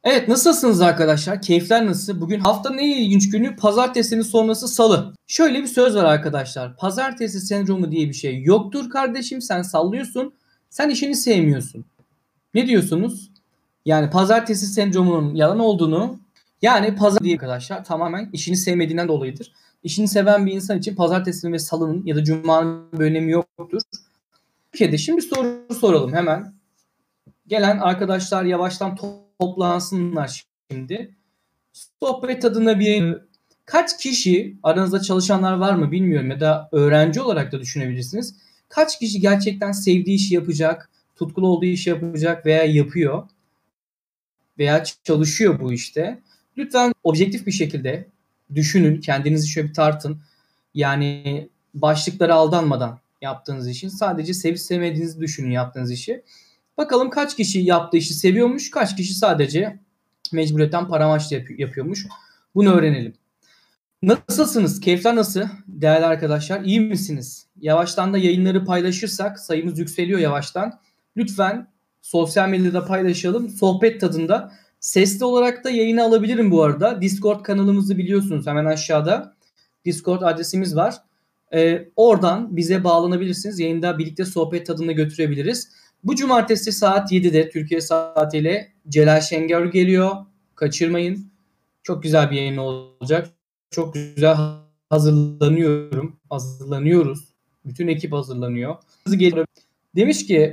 Evet, nasılsınız arkadaşlar? Keyifler nasıl? Bugün haftanın en ilginç günü, pazartesinin sonrası salı. Şöyle bir söz var arkadaşlar. Pazartesi sendromu diye bir şey yoktur kardeşim. Sen sallıyorsun. Sen işini sevmiyorsun. Ne diyorsunuz? Yani pazartesi sendromunun yalan olduğunu, yani pazar diye arkadaşlar tamamen işini sevmediğinden dolayıdır. İşini seven bir insan için pazartesinin ve salının ya da cumanın bir önemi yoktur. Türkiye'de şimdi bir soru soralım hemen. Gelen arkadaşlar yavaştan toplansınlar şimdi. Sohbet adına bir kaç kişi, aranızda çalışanlar var mı bilmiyorum ya da öğrenci olarak da düşünebilirsiniz. Kaç kişi gerçekten sevdiği işi yapacak, tutkulu olduğu işi yapacak veya yapıyor veya çalışıyor bu işte. Lütfen objektif bir şekilde düşünün, kendinizi şöyle bir tartın. Yani başlıklara aldanmadan yaptığınız işin sadece sevip sevmediğinizi düşünün yaptığınız işi. Bakalım kaç kişi yaptığı işi seviyormuş, kaç kişi sadece mecburiyetten para amaçlı yapıyormuş. Bunu öğrenelim. Nasılsınız? Keyifler nasıl? Değerli arkadaşlar, iyi misiniz? Yavaştan da yayınları paylaşırsak sayımız yükseliyor yavaştan. Lütfen sosyal medyada paylaşalım. Sohbet tadında. Sesli olarak da yayını alabilirim bu arada. Discord kanalımızı biliyorsunuz, hemen aşağıda. Discord adresimiz var. Oradan bize bağlanabilirsiniz. Yayında birlikte sohbet tadında götürebiliriz. Bu cumartesi saat 7'de Türkiye saatiyle Celal Şengör geliyor. Kaçırmayın. Çok güzel bir yayın olacak. Çok güzel hazırlanıyoruz. Bütün ekip hazırlanıyor. Demiş ki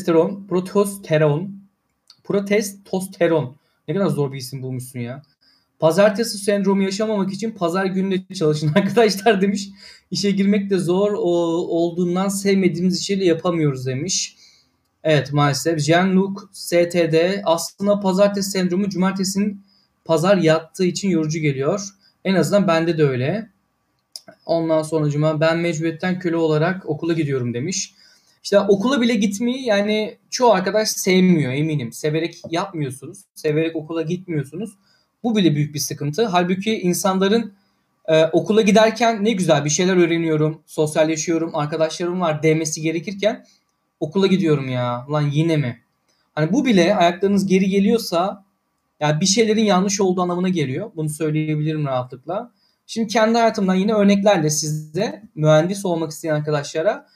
protesteron. Ne kadar zor bir isim bulmuşsun ya. Pazartesi sendromu yaşamamak için pazar gününe çalışın arkadaşlar demiş. İşe girmek de zor olduğundan sevmediğimiz işleri yapamıyoruz demiş. Evet, maalesef. Jean-Luc STD aslında pazartesi sendromu cumartesinin pazar yattığı için yorucu geliyor. En azından bende de öyle. Ondan sonracıma ben mecburiyetten köle olarak okula gidiyorum demiş. İşte okula bile gitmeyi yani çoğu arkadaş sevmiyor, eminim. Severek yapmıyorsunuz. Severek okula gitmiyorsunuz. Bu bile büyük bir sıkıntı. Halbuki insanların okula giderken ne güzel bir şeyler öğreniyorum, sosyalleşiyorum, arkadaşlarım var demesi gerekirken okula gidiyorum ya. Lan yine mi? Hani bu bile ayaklarınız geri geliyorsa yani bir şeylerin yanlış olduğu anlamına geliyor. Bunu söyleyebilirim rahatlıkla. Şimdi kendi hayatımdan yine örneklerle size, mühendis olmak isteyen arkadaşlara,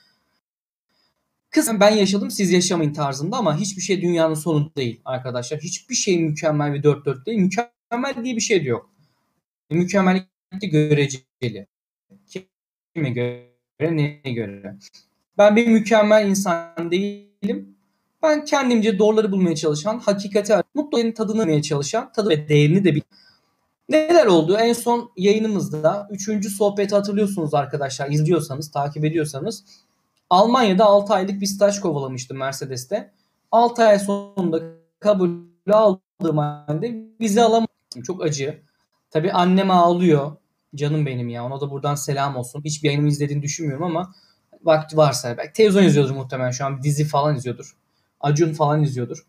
kısmen ben yaşadım siz yaşamayın tarzında, ama hiçbir şey dünyanın sonu değil arkadaşlar. Hiçbir şey mükemmel ve dört dört değil. Mükemmel diye bir şey de yok. Mükemmellik de göreceli. Kime göre, neye göre? Ben bir mükemmel insan değilim. Ben kendimce doğruları bulmaya çalışan, hakikati mutluluğun tadını bulmaya çalışan, tadı ve değerini de bil. Neler oldu? En son yayınımızda 3. sohbeti hatırlıyorsunuz arkadaşlar. İzliyorsanız, takip ediyorsanız. Almanya'da 6 aylık bir staj kovalamıştım Mercedes'te. 6 ay sonunda kabul aldığım halde vize alamadım. Çok acı. Tabii annem ağlıyor. Canım benim ya. Ona da buradan selam olsun. Hiçbir yayınımı izlediğini düşünmüyorum ama vakti varsa belki televizyon izliyordur muhtemelen, şu an bir dizi falan izliyordur. Acun falan izliyordur.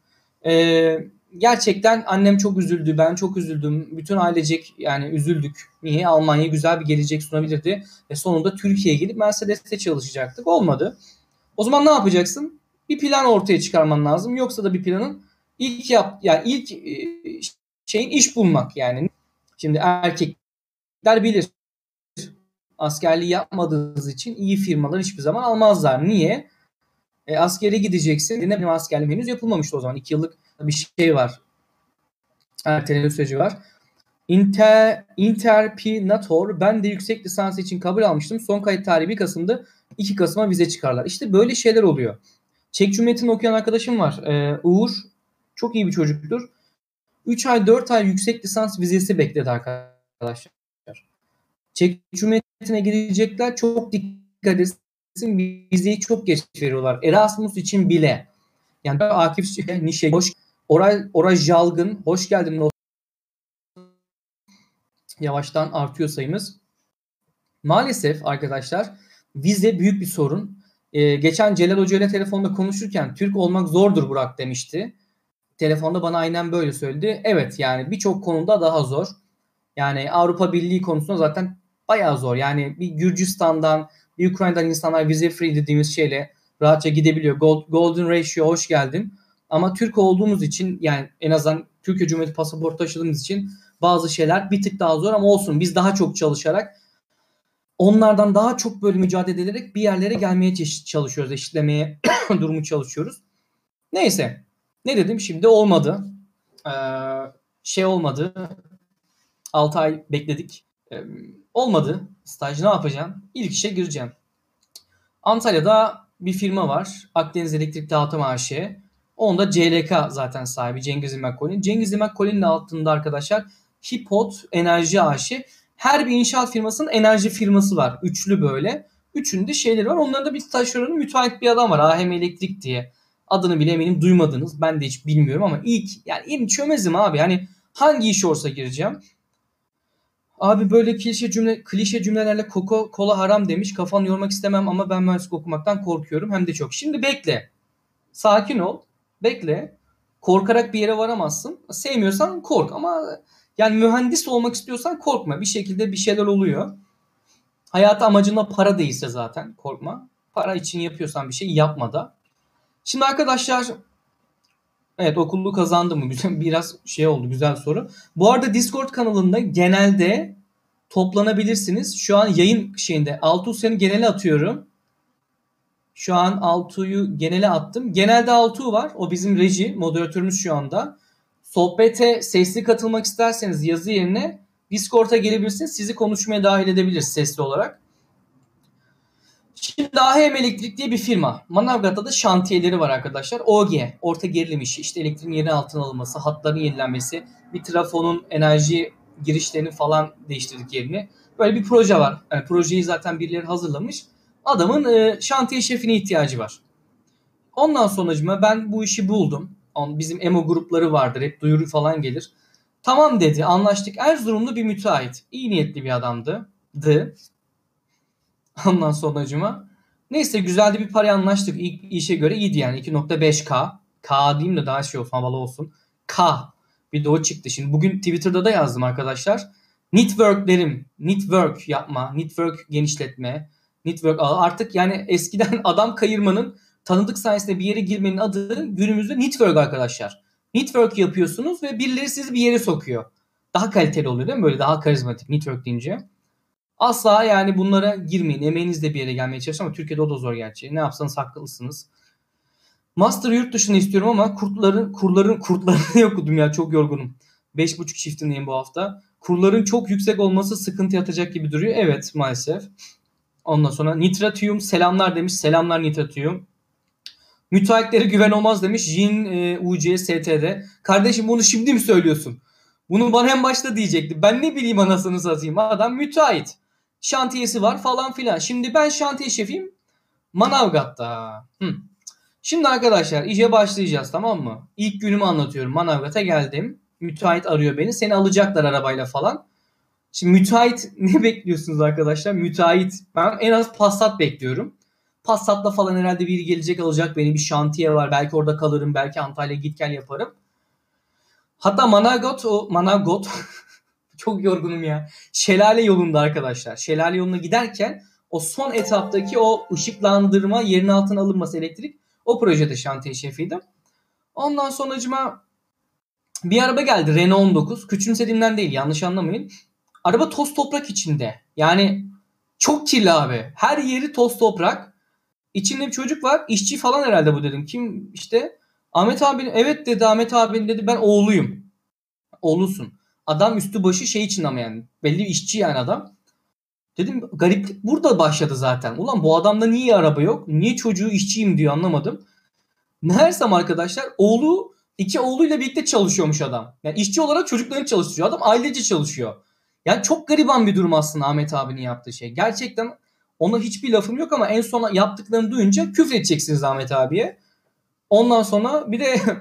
Gerçekten annem çok üzüldü. Ben çok üzüldüm. Bütün ailecek yani üzüldük. Niye? Almanya güzel bir gelecek sunabilirdi. Ve sonunda Türkiye'ye gelip Mercedes'te çalışacaktık. Olmadı. O zaman ne yapacaksın? Bir plan ortaya çıkarman lazım. Yoksa da bir planın ilk şeyin iş bulmak yani. Şimdi erkekler bilir. Askerliği yapmadığınız için iyi firmalar hiçbir zaman almazlar. Niye? Askere gideceksin. Benim askerliğim henüz yapılmamıştı o zaman. 2 yıllık bir şey var. Erteleme süreci var. Interpinator. Ben de yüksek lisans için kabul almıştım. Son kayıt tarihi 1 Kasım'da. 2 Kasım'a vize çıkarlar. İşte böyle şeyler oluyor. Çek Cumhuriyeti'nde okuyan arkadaşım var. Uğur. Çok iyi bir çocuktur. 3 ay 4 ay yüksek lisans vizesi bekledi arkadaşlar. Çek Cumhuriyeti'ne gidecekler. Çok dikkat etsin. Vizeyi çok geç veriyorlar. Erasmus için bile. Yani Akif Nişe, Oray Jalgın. Hoş geldin. Yavaştan artıyor sayımız. Maalesef arkadaşlar vize büyük bir sorun. Geçen Celal Hoca ile telefonda konuşurken Türk olmak zordur Burak demişti. Telefonda bana aynen böyle söyledi. Evet, yani birçok konuda daha zor. Yani Avrupa Birliği konusunda zaten bayağı zor. Yani bir Gürcistan'dan, bir Ukrayna'dan insanlar vize free dediğimiz şeyle rahatça gidebiliyor. Golden Ratio hoş geldin. Ama Türk olduğumuz için yani en azından Türkiye Cumhuriyeti pasaportu taşıdığımız için bazı şeyler bir tık daha zor ama olsun. Biz daha çok çalışarak, onlardan daha çok böyle mücadele ederek bir yerlere gelmeye çalışıyoruz. Eşitlemeye durumu çalışıyoruz. Neyse. Ne dedim? Şimdi olmadı. Olmadı. 6 ay bekledik. Olmadı. Staj ne yapacağım? İlk işe gireceğim. Antalya'da bir firma var. Akdeniz Elektrik Dağıtım AŞ. Onda CLK zaten sahibi Cengiz İmakkolin. Cengiz İmakkolin'in altında arkadaşlar Hipot Enerji AŞ. Her bir inşaat firmasının enerji firması var. Üçlü böyle. Üçünde şeyleri var. Onların da bir taşeronun müteahhit bir adam var. AHM Elektrik diye. Adını bile eminim duymadınız. Ben de hiç bilmiyorum ama ilk çömezim abi. Hani hangi iş olsa gireceğim. Abi böyle klişe cümlelerle Coca-Cola haram demiş. Kafanı yormak istemem ama ben mühendislik okumaktan korkuyorum. Hem de çok. Şimdi bekle. Sakin ol. Bekle. Korkarak bir yere varamazsın. Sevmiyorsan kork ama yani mühendis olmak istiyorsan korkma. Bir şekilde bir şeyler oluyor. Hayatı amacında para değilse zaten korkma. Para için yapıyorsan bir şey yapma da. Şimdi arkadaşlar, evet, okulu kazandım mı? Biraz oldu, güzel soru. Bu arada Discord kanalında genelde toplanabilirsiniz. Şu an yayın Altuğ'u genele atıyorum. Şu an Altuğ'u genele attım. Genelde Altuğ var. O bizim reji, moderatörümüz şu anda. Sohbete sesli katılmak isterseniz yazı yerine Discord'a gelebilirsiniz. Sizi konuşmaya dahil edebiliriz sesli olarak. Şimdi AHM Elektrik diye bir firma. Manavgat'ta da şantiyeleri var arkadaşlar. OG, orta gerilim işi. İşte elektriğin yerin altına alınması, hatların yenilenmesi, bir trafonun enerji girişlerini falan değiştirdik yerini. Böyle bir proje var. Yani projeyi zaten birileri hazırlamış. Adamın şantiye şefine ihtiyacı var. Ondan sonracıma ben bu işi buldum. Bizim EMO grupları vardır. Hep duyuru falan gelir. Tamam dedi, anlaştık. Erzurumlu bir müteahhit. İyi niyetli bir adamdı. Ondan sonracıma. Neyse güzel de bir paraya anlaştık. İlk işe göre iyiydi yani. 2.5K. K diyeyim de daha olsun, havalı olsun. K. Bir de o çıktı. Şimdi bugün Twitter'da da yazdım arkadaşlar. Network yapma. Network genişletme. Network artık yani eskiden adam kayırmanın, tanıdık sayesinde bir yere girmenin adı günümüzde network arkadaşlar. Network yapıyorsunuz ve birileri sizi bir yere sokuyor. Daha kaliteli oluyor değil mi? Böyle daha karizmatik network deyince. Asla yani bunlara girmeyin. Emeğinizle bir yere gelmeye çalışın ama Türkiye'de o da zor gerçi. Ne yapsanız haklısınız. Master yurt dışında istiyorum ama kurtlarını okudum ya, çok yorgunum. 5.5 shift'indeyim bu hafta. Kurların çok yüksek olması sıkıntı yatacak gibi duruyor. Evet, maalesef. Ondan sonra Nitratium selamlar demiş. Selamlar Nitratium. Müteahhitlere güven olmaz demiş. Jin UC ST'de. Kardeşim bunu şimdi mi söylüyorsun? Bunu bana en başta diyecekti. Ben ne bileyim anasını satayım. Adam müteahhit. Şantiyesi var falan filan. Şimdi ben şantiye şefiyim Manavgat'ta. Şimdi arkadaşlar işe başlayacağız, tamam mı? İlk günümü anlatıyorum. Manavgat'a geldim. Müteahhit arıyor beni. Seni alacaklar arabayla falan. Şimdi müteahhit ne bekliyorsunuz arkadaşlar? Müteahhit, ben en az Passat bekliyorum. Passat'la falan herhalde biri gelecek alacak beni. Bir şantiye var. Belki orada kalırım. Belki Antalya'ya git gel yaparım. Hatta Manavgat çok yorgunum ya. Şelale yolunda arkadaşlar. Şelale yoluna giderken o son etaptaki o ışıklandırma, yerin altına alınması elektrik, o projede şantiye şefiydim. Ondan sonracıma bir araba geldi, Renault 19. Küçümsediğimden değil, yanlış anlamayın. Araba toz toprak içinde. Yani çok kirli abi. Her yeri toz toprak. İçinde bir çocuk var. İşçi falan herhalde bu, dedim. Kim işte? Ahmet abi. Evet dedi, Ahmet abi dedi, ben oğluyum. Oğlusun. Adam üstü başı için ama yani. Belli bir işçi yani adam. Dedim gariplik burada başladı zaten. Ulan bu adamda niye araba yok? Niye çocuğu işçiyim diyor, anlamadım. Meğersem arkadaşlar iki oğluyla birlikte çalışıyormuş adam. Yani işçi olarak çocuklarını çalıştırıyor. Adam ailece çalışıyor. Yani çok gariban bir durum aslında Ahmet abinin yaptığı şey. Gerçekten ona hiçbir lafım yok ama en son yaptıklarını duyunca küfredeceksiniz Ahmet abiye. Ondan sonra bir de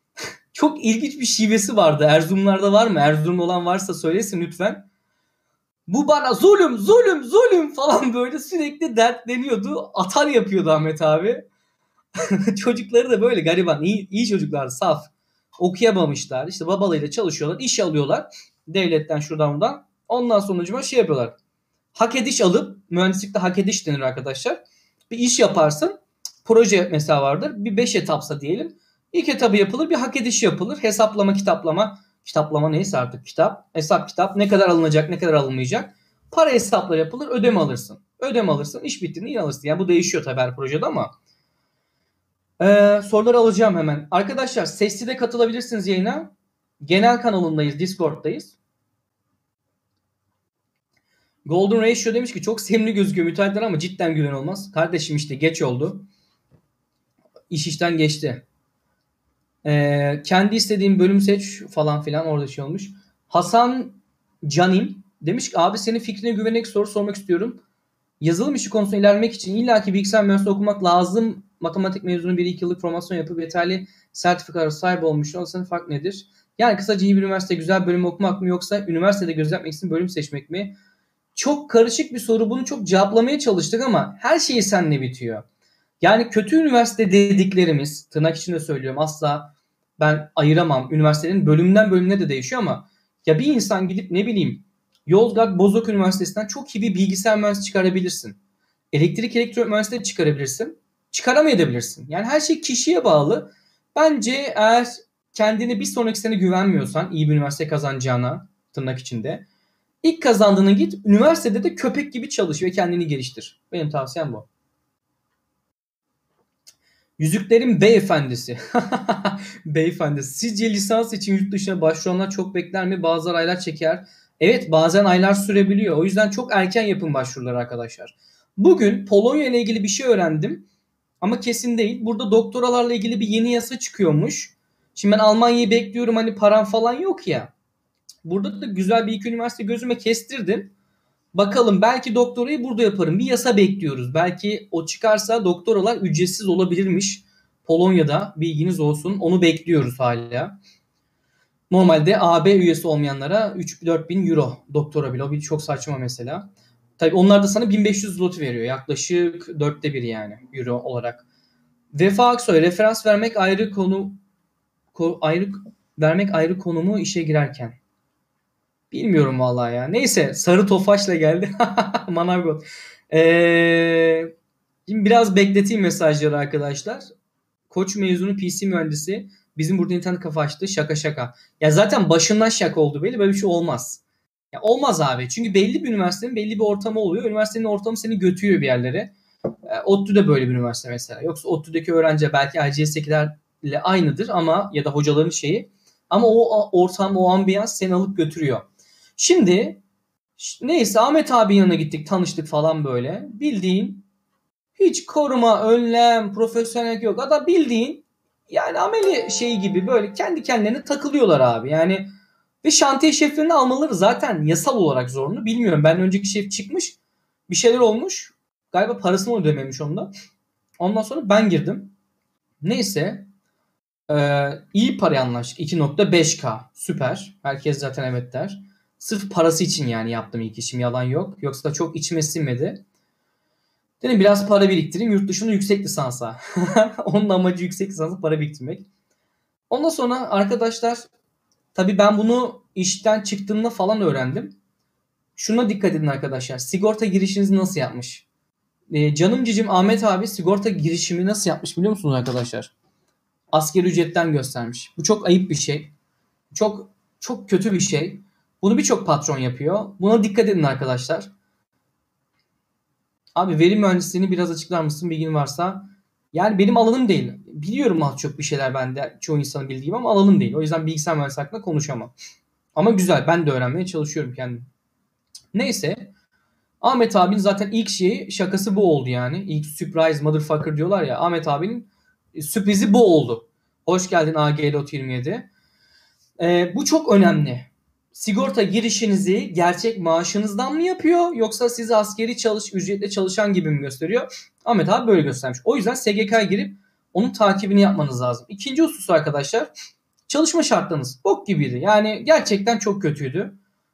çok ilginç bir şivesi vardı. Erzurumlarda var mı? Erzurumlu olan varsa söylesin lütfen. Bu bana zulüm falan böyle sürekli dertleniyordu. Atar yapıyordu Ahmet abi. Çocukları da böyle gariban, iyi çocuklar, saf. Okuyamamışlar. İşte babalarıyla çalışıyorlar, iş alıyorlar. Devletten şuradan buradan. Ondan sonucuma yapıyorlar. Hak ediş alıp, mühendislikte hak ediş denir arkadaşlar. Bir iş yaparsın. Proje mesela vardır. Bir 5 etapsa diyelim. İlk etabı yapılır, bir hak ediş yapılır. Hesaplama, kitaplama. Kitaplama neyse artık kitap. Hesap kitap. Ne kadar alınacak, ne kadar alınmayacak. Para hesapla yapılır. Ödeme alırsın. Ödeme alırsın. İş bittiğinde yine alırsın. Yani bu değişiyor tabii her projede ama. Soruları alacağım hemen. Arkadaşlar sesli de katılabilirsiniz yayına. Genel kanalındayız. Discord'dayız. Golden Ratio demiş ki çok sevimli gözüküyor müteahhitler ama cidden güven olmaz. Kardeşim işte geç oldu. İş işten geçti. Kendi istediğim bölüm seç falan filan orada şey olmuş. Hasan Canim demiş ki abi senin fikrine güvenerek soru sormak istiyorum. Yazılım işi konusunda ilerlemek için illaki bilgisayar mühendisliği okumak lazım. Matematik mezunu 1-2 yıllık formasyon yapıp yeterli sertifikalara sahip olmuş olsanın fark nedir? Yani kısaca iyi bir üniversite güzel bölüm okumak mı yoksa üniversitede gözetmek için bölüm seçmek mi? Çok karışık bir soru. Bunu çok cevaplamaya çalıştık ama her şeyi seninle bitiyor. Yani kötü üniversite dediklerimiz, tırnak içinde söylüyorum, asla ben ayıramam. Üniversitenin bölümden bölümüne de değişiyor ama ya bir insan gidip ne bileyim Yozgat Bozok Üniversitesi'nden çok iyi bir bilgisayar mühendisi çıkarabilirsin. Elektrik elektronik mühendisliği çıkarabilirsin. Çıkaramayabilirsin. Yani her şey kişiye bağlı. Bence eğer kendine bir sonraki sene güvenmiyorsan iyi bir üniversite kazanacağına, tırnak içinde, İlk kazandığını git. Üniversitede de köpek gibi çalış ve kendini geliştir. Benim tavsiyem bu. Yüzüklerin beyefendisi. Beyefendi. Sizce lisans için yurt dışına başvuranlar çok bekler mi? Bazıları aylar çeker. Evet, bazen aylar sürebiliyor. O yüzden çok erken yapın başvuruları arkadaşlar. Bugün Polonya ile ilgili bir şey öğrendim. Ama kesin değil. Burada doktoralarla ilgili bir yeni yasa çıkıyormuş. Şimdi ben Almanya'yı bekliyorum, hani param falan yok ya. Burada da güzel bir iki üniversite gözüme kestirdim. Bakalım, belki doktorayı burada yaparım. Bir yasa bekliyoruz. Belki o çıkarsa doktoralar ücretsiz olabilirmiş. Polonya'da, bilginiz olsun. Onu bekliyoruz hala. Normalde AB üyesi olmayanlara 3-4 bin euro doktora bile. O bir çok saçma mesela. Tabii onlar da sana 1500 zloty veriyor. Yaklaşık 1/4 yani euro olarak. Vefa Aksoy, referans vermek ayrı konu, ayrı konu mu işe girerken? Bilmiyorum vallahi ya. Neyse, Sarı Tofaş'la geldi. Manavgot. Şimdi biraz bekleteyim mesajları arkadaşlar. Koç mezunu PC mühendisi. Bizim burada internet kafa açtı. Şaka şaka. Ya zaten başından şaka oldu belli. Böyle bir şey olmaz. Ya olmaz abi. Çünkü belli bir üniversitenin belli bir ortamı oluyor. Üniversitenin ortamı seni götürüyor bir yerlere. ODTÜ de böyle bir üniversite mesela. Yoksa ODTÜ'deki öğrenci belki RGS'dekilerle aynıdır ama ya da hocaların şeyi. Ama o ortam, o ambiyans seni alıp götürüyor. Şimdi neyse Ahmet abi yanına gittik, tanıştık falan böyle. Bildiğin hiç koruma, önlem, profesyonel yok. Adam bildiğin yani ameli şey gibi böyle kendi kendilerine takılıyorlar abi. Yani ve şantiye şeflerini almaları zaten yasal olarak zorunlu. Bilmiyorum, ben önceki şef çıkmış, bir şeyler olmuş. Galiba parasını ödememiş onda. Ondan sonra ben girdim. Neyse iyi paraya anlaştık. 2.5K süper. Herkes zaten evet der. Sırf parası için yani yaptım ilk işim, yalan yok. Yoksa çok içime sinmedi. Dedim biraz para biriktireyim yurt dışında yüksek lisansa. Onun amacı yüksek lisansa para biriktirmek. Ondan sonra arkadaşlar, tabii ben bunu işten çıktığımda falan öğrendim. Şuna dikkat edin arkadaşlar. Sigorta girişinizi nasıl yapmış? Canım cicim Ahmet abi sigorta girişimi nasıl yapmış biliyor musunuz arkadaşlar? Asgari ücretten göstermiş. Bu çok ayıp bir şey. Çok çok kötü bir şey. Bunu birçok patron yapıyor. Buna dikkat edin arkadaşlar. Abi veri mühendisliğini biraz açıklar mısın, bilgin varsa? Yani benim alanım değil. Biliyorum az çok bir şeyler bende. Çoğu insanın bildiğim ama alanım değil. O yüzden bilgisayar mühendisliği hakkında konuşamam. Ama güzel. Ben de öğrenmeye çalışıyorum kendim. Neyse. Ahmet abinin zaten ilk şeyi, şakası bu oldu yani. İlk surprise motherfucker diyorlar ya. Ahmet abinin sürprizi bu oldu. Hoş geldin AG Lot 27. Bu çok önemli. Sigorta girişinizi gerçek maaşınızdan mı yapıyor yoksa sizi askeri ücretle çalışan gibi mi gösteriyor? Ahmet abi böyle göstermiş. O yüzden SGK'ya girip onun takibini yapmanız lazım. İkinci husus arkadaşlar, çalışma şartlarınız bok gibiydi. Yani gerçekten çok kötüydü.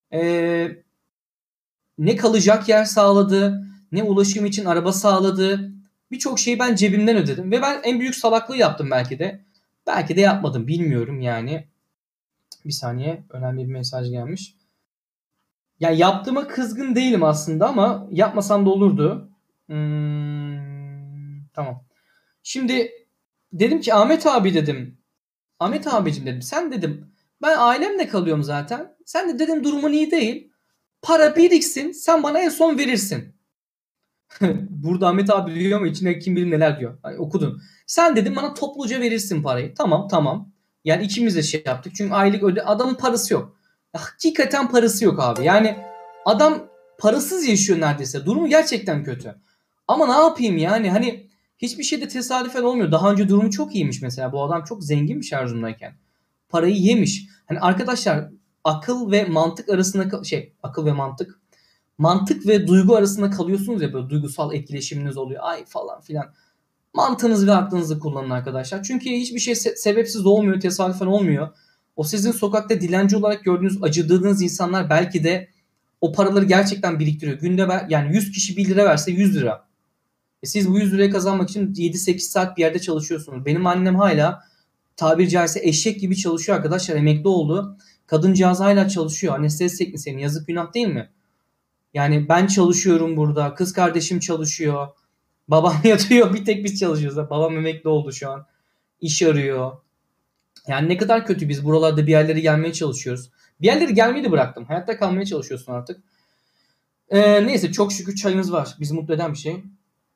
Ne kalacak yer sağladı, ne ulaşım için araba sağladı. Birçok şeyi ben cebimden ödedim ve ben en büyük salaklığı yaptım belki de. Belki de yapmadım, bilmiyorum yani. Bir saniye, önemli bir mesaj gelmiş. Ya yaptığıma kızgın değilim aslında ama yapmasam da olurdu. Tamam. Şimdi dedim ki Ahmet abi dedim, Ahmet abicim dedim, sen dedim ben ailemle kalıyorum zaten. Sen de dedim durumun iyi değil. Para biriksin, sen bana en son verirsin. Burada Ahmet abi diyor ama içine kim bilir neler diyor. Hani okudun. Sen dedim bana topluca verirsin parayı. Tamam tamam. Yani ikimiz de şey yaptık. Çünkü aylık adamın parası yok. Hakikaten parası yok abi. Yani adam parasız yaşıyor neredeyse. Durumu gerçekten kötü. Ama ne yapayım yani hani hiçbir şey de tesadüfen olmuyor. Daha önce durumu çok iyiymiş mesela. Bu adam çok zenginmiş Erzurum'dayken. Parayı yemiş. Hani arkadaşlar akıl ve mantık arasında akıl ve mantık ve duygu arasında kalıyorsunuz ya, böyle duygusal etkileşiminiz oluyor. Ay falan filan. Mantığınızı ve aklınızı kullanın arkadaşlar. Çünkü hiçbir şey sebepsiz olmuyor, tesadüfen olmuyor. O sizin sokakta dilenci olarak gördüğünüz, acıdığınız insanlar belki de o paraları gerçekten biriktiriyor. Günde yani 100 kişi 1 lira verse 100 lira. Siz bu 100 lirayı kazanmak için 7-8 saat bir yerde çalışıyorsunuz. Benim annem hala tabiri caizse eşek gibi çalışıyor arkadaşlar. Emekli oldu. Kadıncağız hala çalışıyor. Anestezi teknisyeni. Yazık, günah değil mi? Yani ben çalışıyorum burada. Kız kardeşim çalışıyor. Babam yatıyor. Bir tek biz çalışıyoruz. Babam emekli oldu şu an. İş arıyor. Yani ne kadar kötü, biz buralarda bir yerlere gelmeye çalışıyoruz. Bir yerlere gelmeyi de bıraktım. Hayatta kalmaya çalışıyorsun artık. Neyse, çok şükür çayımız var. Bizi mutlu eden bir şey.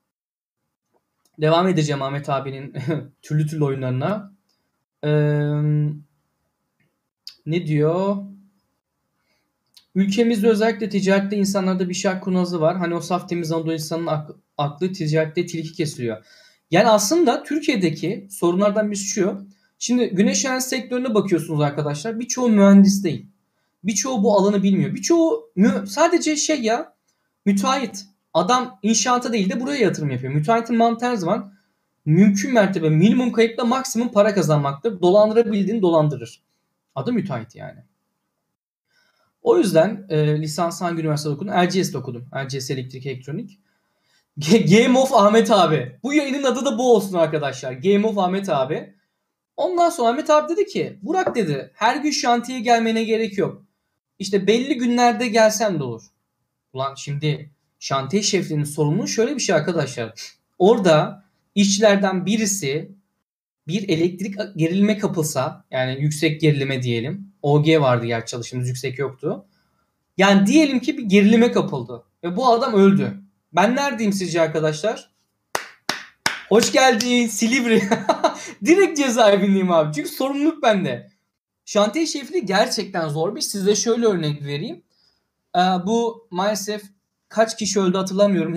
Devam edeceğim Ahmet abinin türlü türlü oyunlarına. Ne diyor? Ülkemizde özellikle ticarette insanlarda bir şark kurnazı var. Hani o saf temiz Anadolu insanının aklı ticarette tilki kesiliyor. Yani aslında Türkiye'deki sorunlardan birisi şu. Şimdi güneş enerjisi sektörüne bakıyorsunuz arkadaşlar. Birçoğu mühendis değil. Birçoğu bu alanı bilmiyor. Birçoğu sadece müteahhit. Adam inşaata değil de buraya yatırım yapıyor. Müteahhitin mantığı her zaman mümkün mertebe minimum kayıpla maksimum para kazanmaktır. Dolandırabildiğini dolandırır. Adı müteahhit yani. O yüzden lisans hangi üniversitede okudum? Erciyes'te okudum. Erciyes Elektrik Elektronik. Game of Ahmet abi. Bu yayının adı da bu olsun arkadaşlar. Game of Ahmet abi. Ondan sonra Ahmet abi dedi ki, Burak dedi, her gün şantiyeye gelmene gerek yok. İşte belli günlerde gelsen de olur. Ulan şimdi şantiye şefliğinin sorumluluğu şöyle bir şey arkadaşlar. Orada işçilerden birisi bir elektrik gerilime kapılsa, yani yüksek gerilime diyelim. OG vardı, yer çalışımız yüksek yoktu. Yani diyelim ki bir gerilime kapıldı ve bu adam öldü. Ben neredeyim sizce arkadaşlar? Hoş geldin Silivri. Direkt cezaevindeyim abi. Çünkü sorumluluk bende. Şantiye şefliği gerçekten zor bir iş. Size şöyle örnek vereyim. Bu maalesef kaç kişi öldü hatırlamıyorum.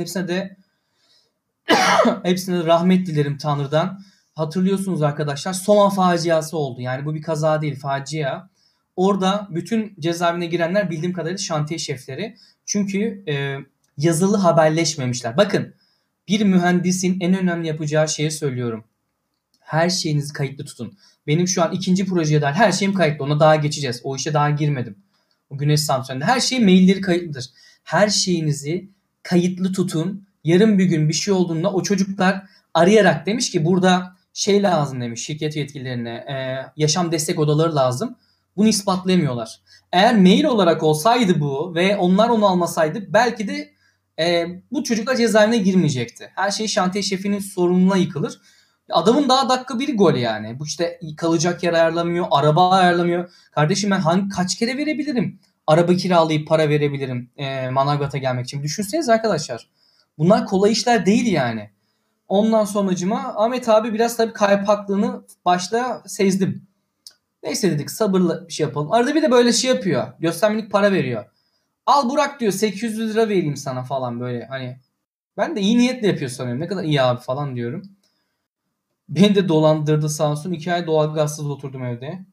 Hepsine rahmet dilerim Tanrı'dan. Hatırlıyorsunuz arkadaşlar, Soma faciası oldu. Yani bu bir kaza değil, facia. Orada bütün cezaevine girenler bildiğim kadarıyla şantiye şefleri. Çünkü yazılı haberleşmemişler. Bakın, bir mühendisin en önemli yapacağı şeyi söylüyorum. Her şeyinizi kayıtlı tutun. Benim şu an ikinci projeye dair her şeyim kayıtlı. Ona daha geçeceğiz. O işe daha girmedim. O güneş santralinde. Her şey, mailleri kayıtlıdır. Her şeyinizi kayıtlı tutun. Yarın bir gün bir şey olduğunda o çocuklar arayarak demiş ki burada şey lazım demiş şirket yetkililerine, yaşam destek odaları lazım. Bunu ispatlayamıyorlar. Eğer mail olarak olsaydı bu ve onlar onu almasaydı belki de bu çocuklar cezaevine girmeyecekti. Her şey şantiye şefinin sorumluluğuna yıkılır. Adamın daha dakika bir gol yani. Bu işte kalacak yer ayarlamıyor, araba ayarlamıyor. Kardeşim ben kaç kere verebilirim? Araba kiralayıp para verebilirim Manavgat'a gelmek için. Düşünsenize arkadaşlar. Bunlar kolay işler değil yani. Ondan sonracıma Ahmet abi biraz tabii kaypaklığını başta sezdim. Neyse dedik, sabırla bir şey yapalım. Arada bir de böyle şey yapıyor. Göstermelik para veriyor. Al Burak diyor, 800 lira vereyim sana falan böyle hani. Ben de iyi niyetle yapıyor sanıyorum. Ne kadar iyi abi falan diyorum. Beni de dolandırdı sağ olsun. 2 ay doğalgazsız oturdum evde.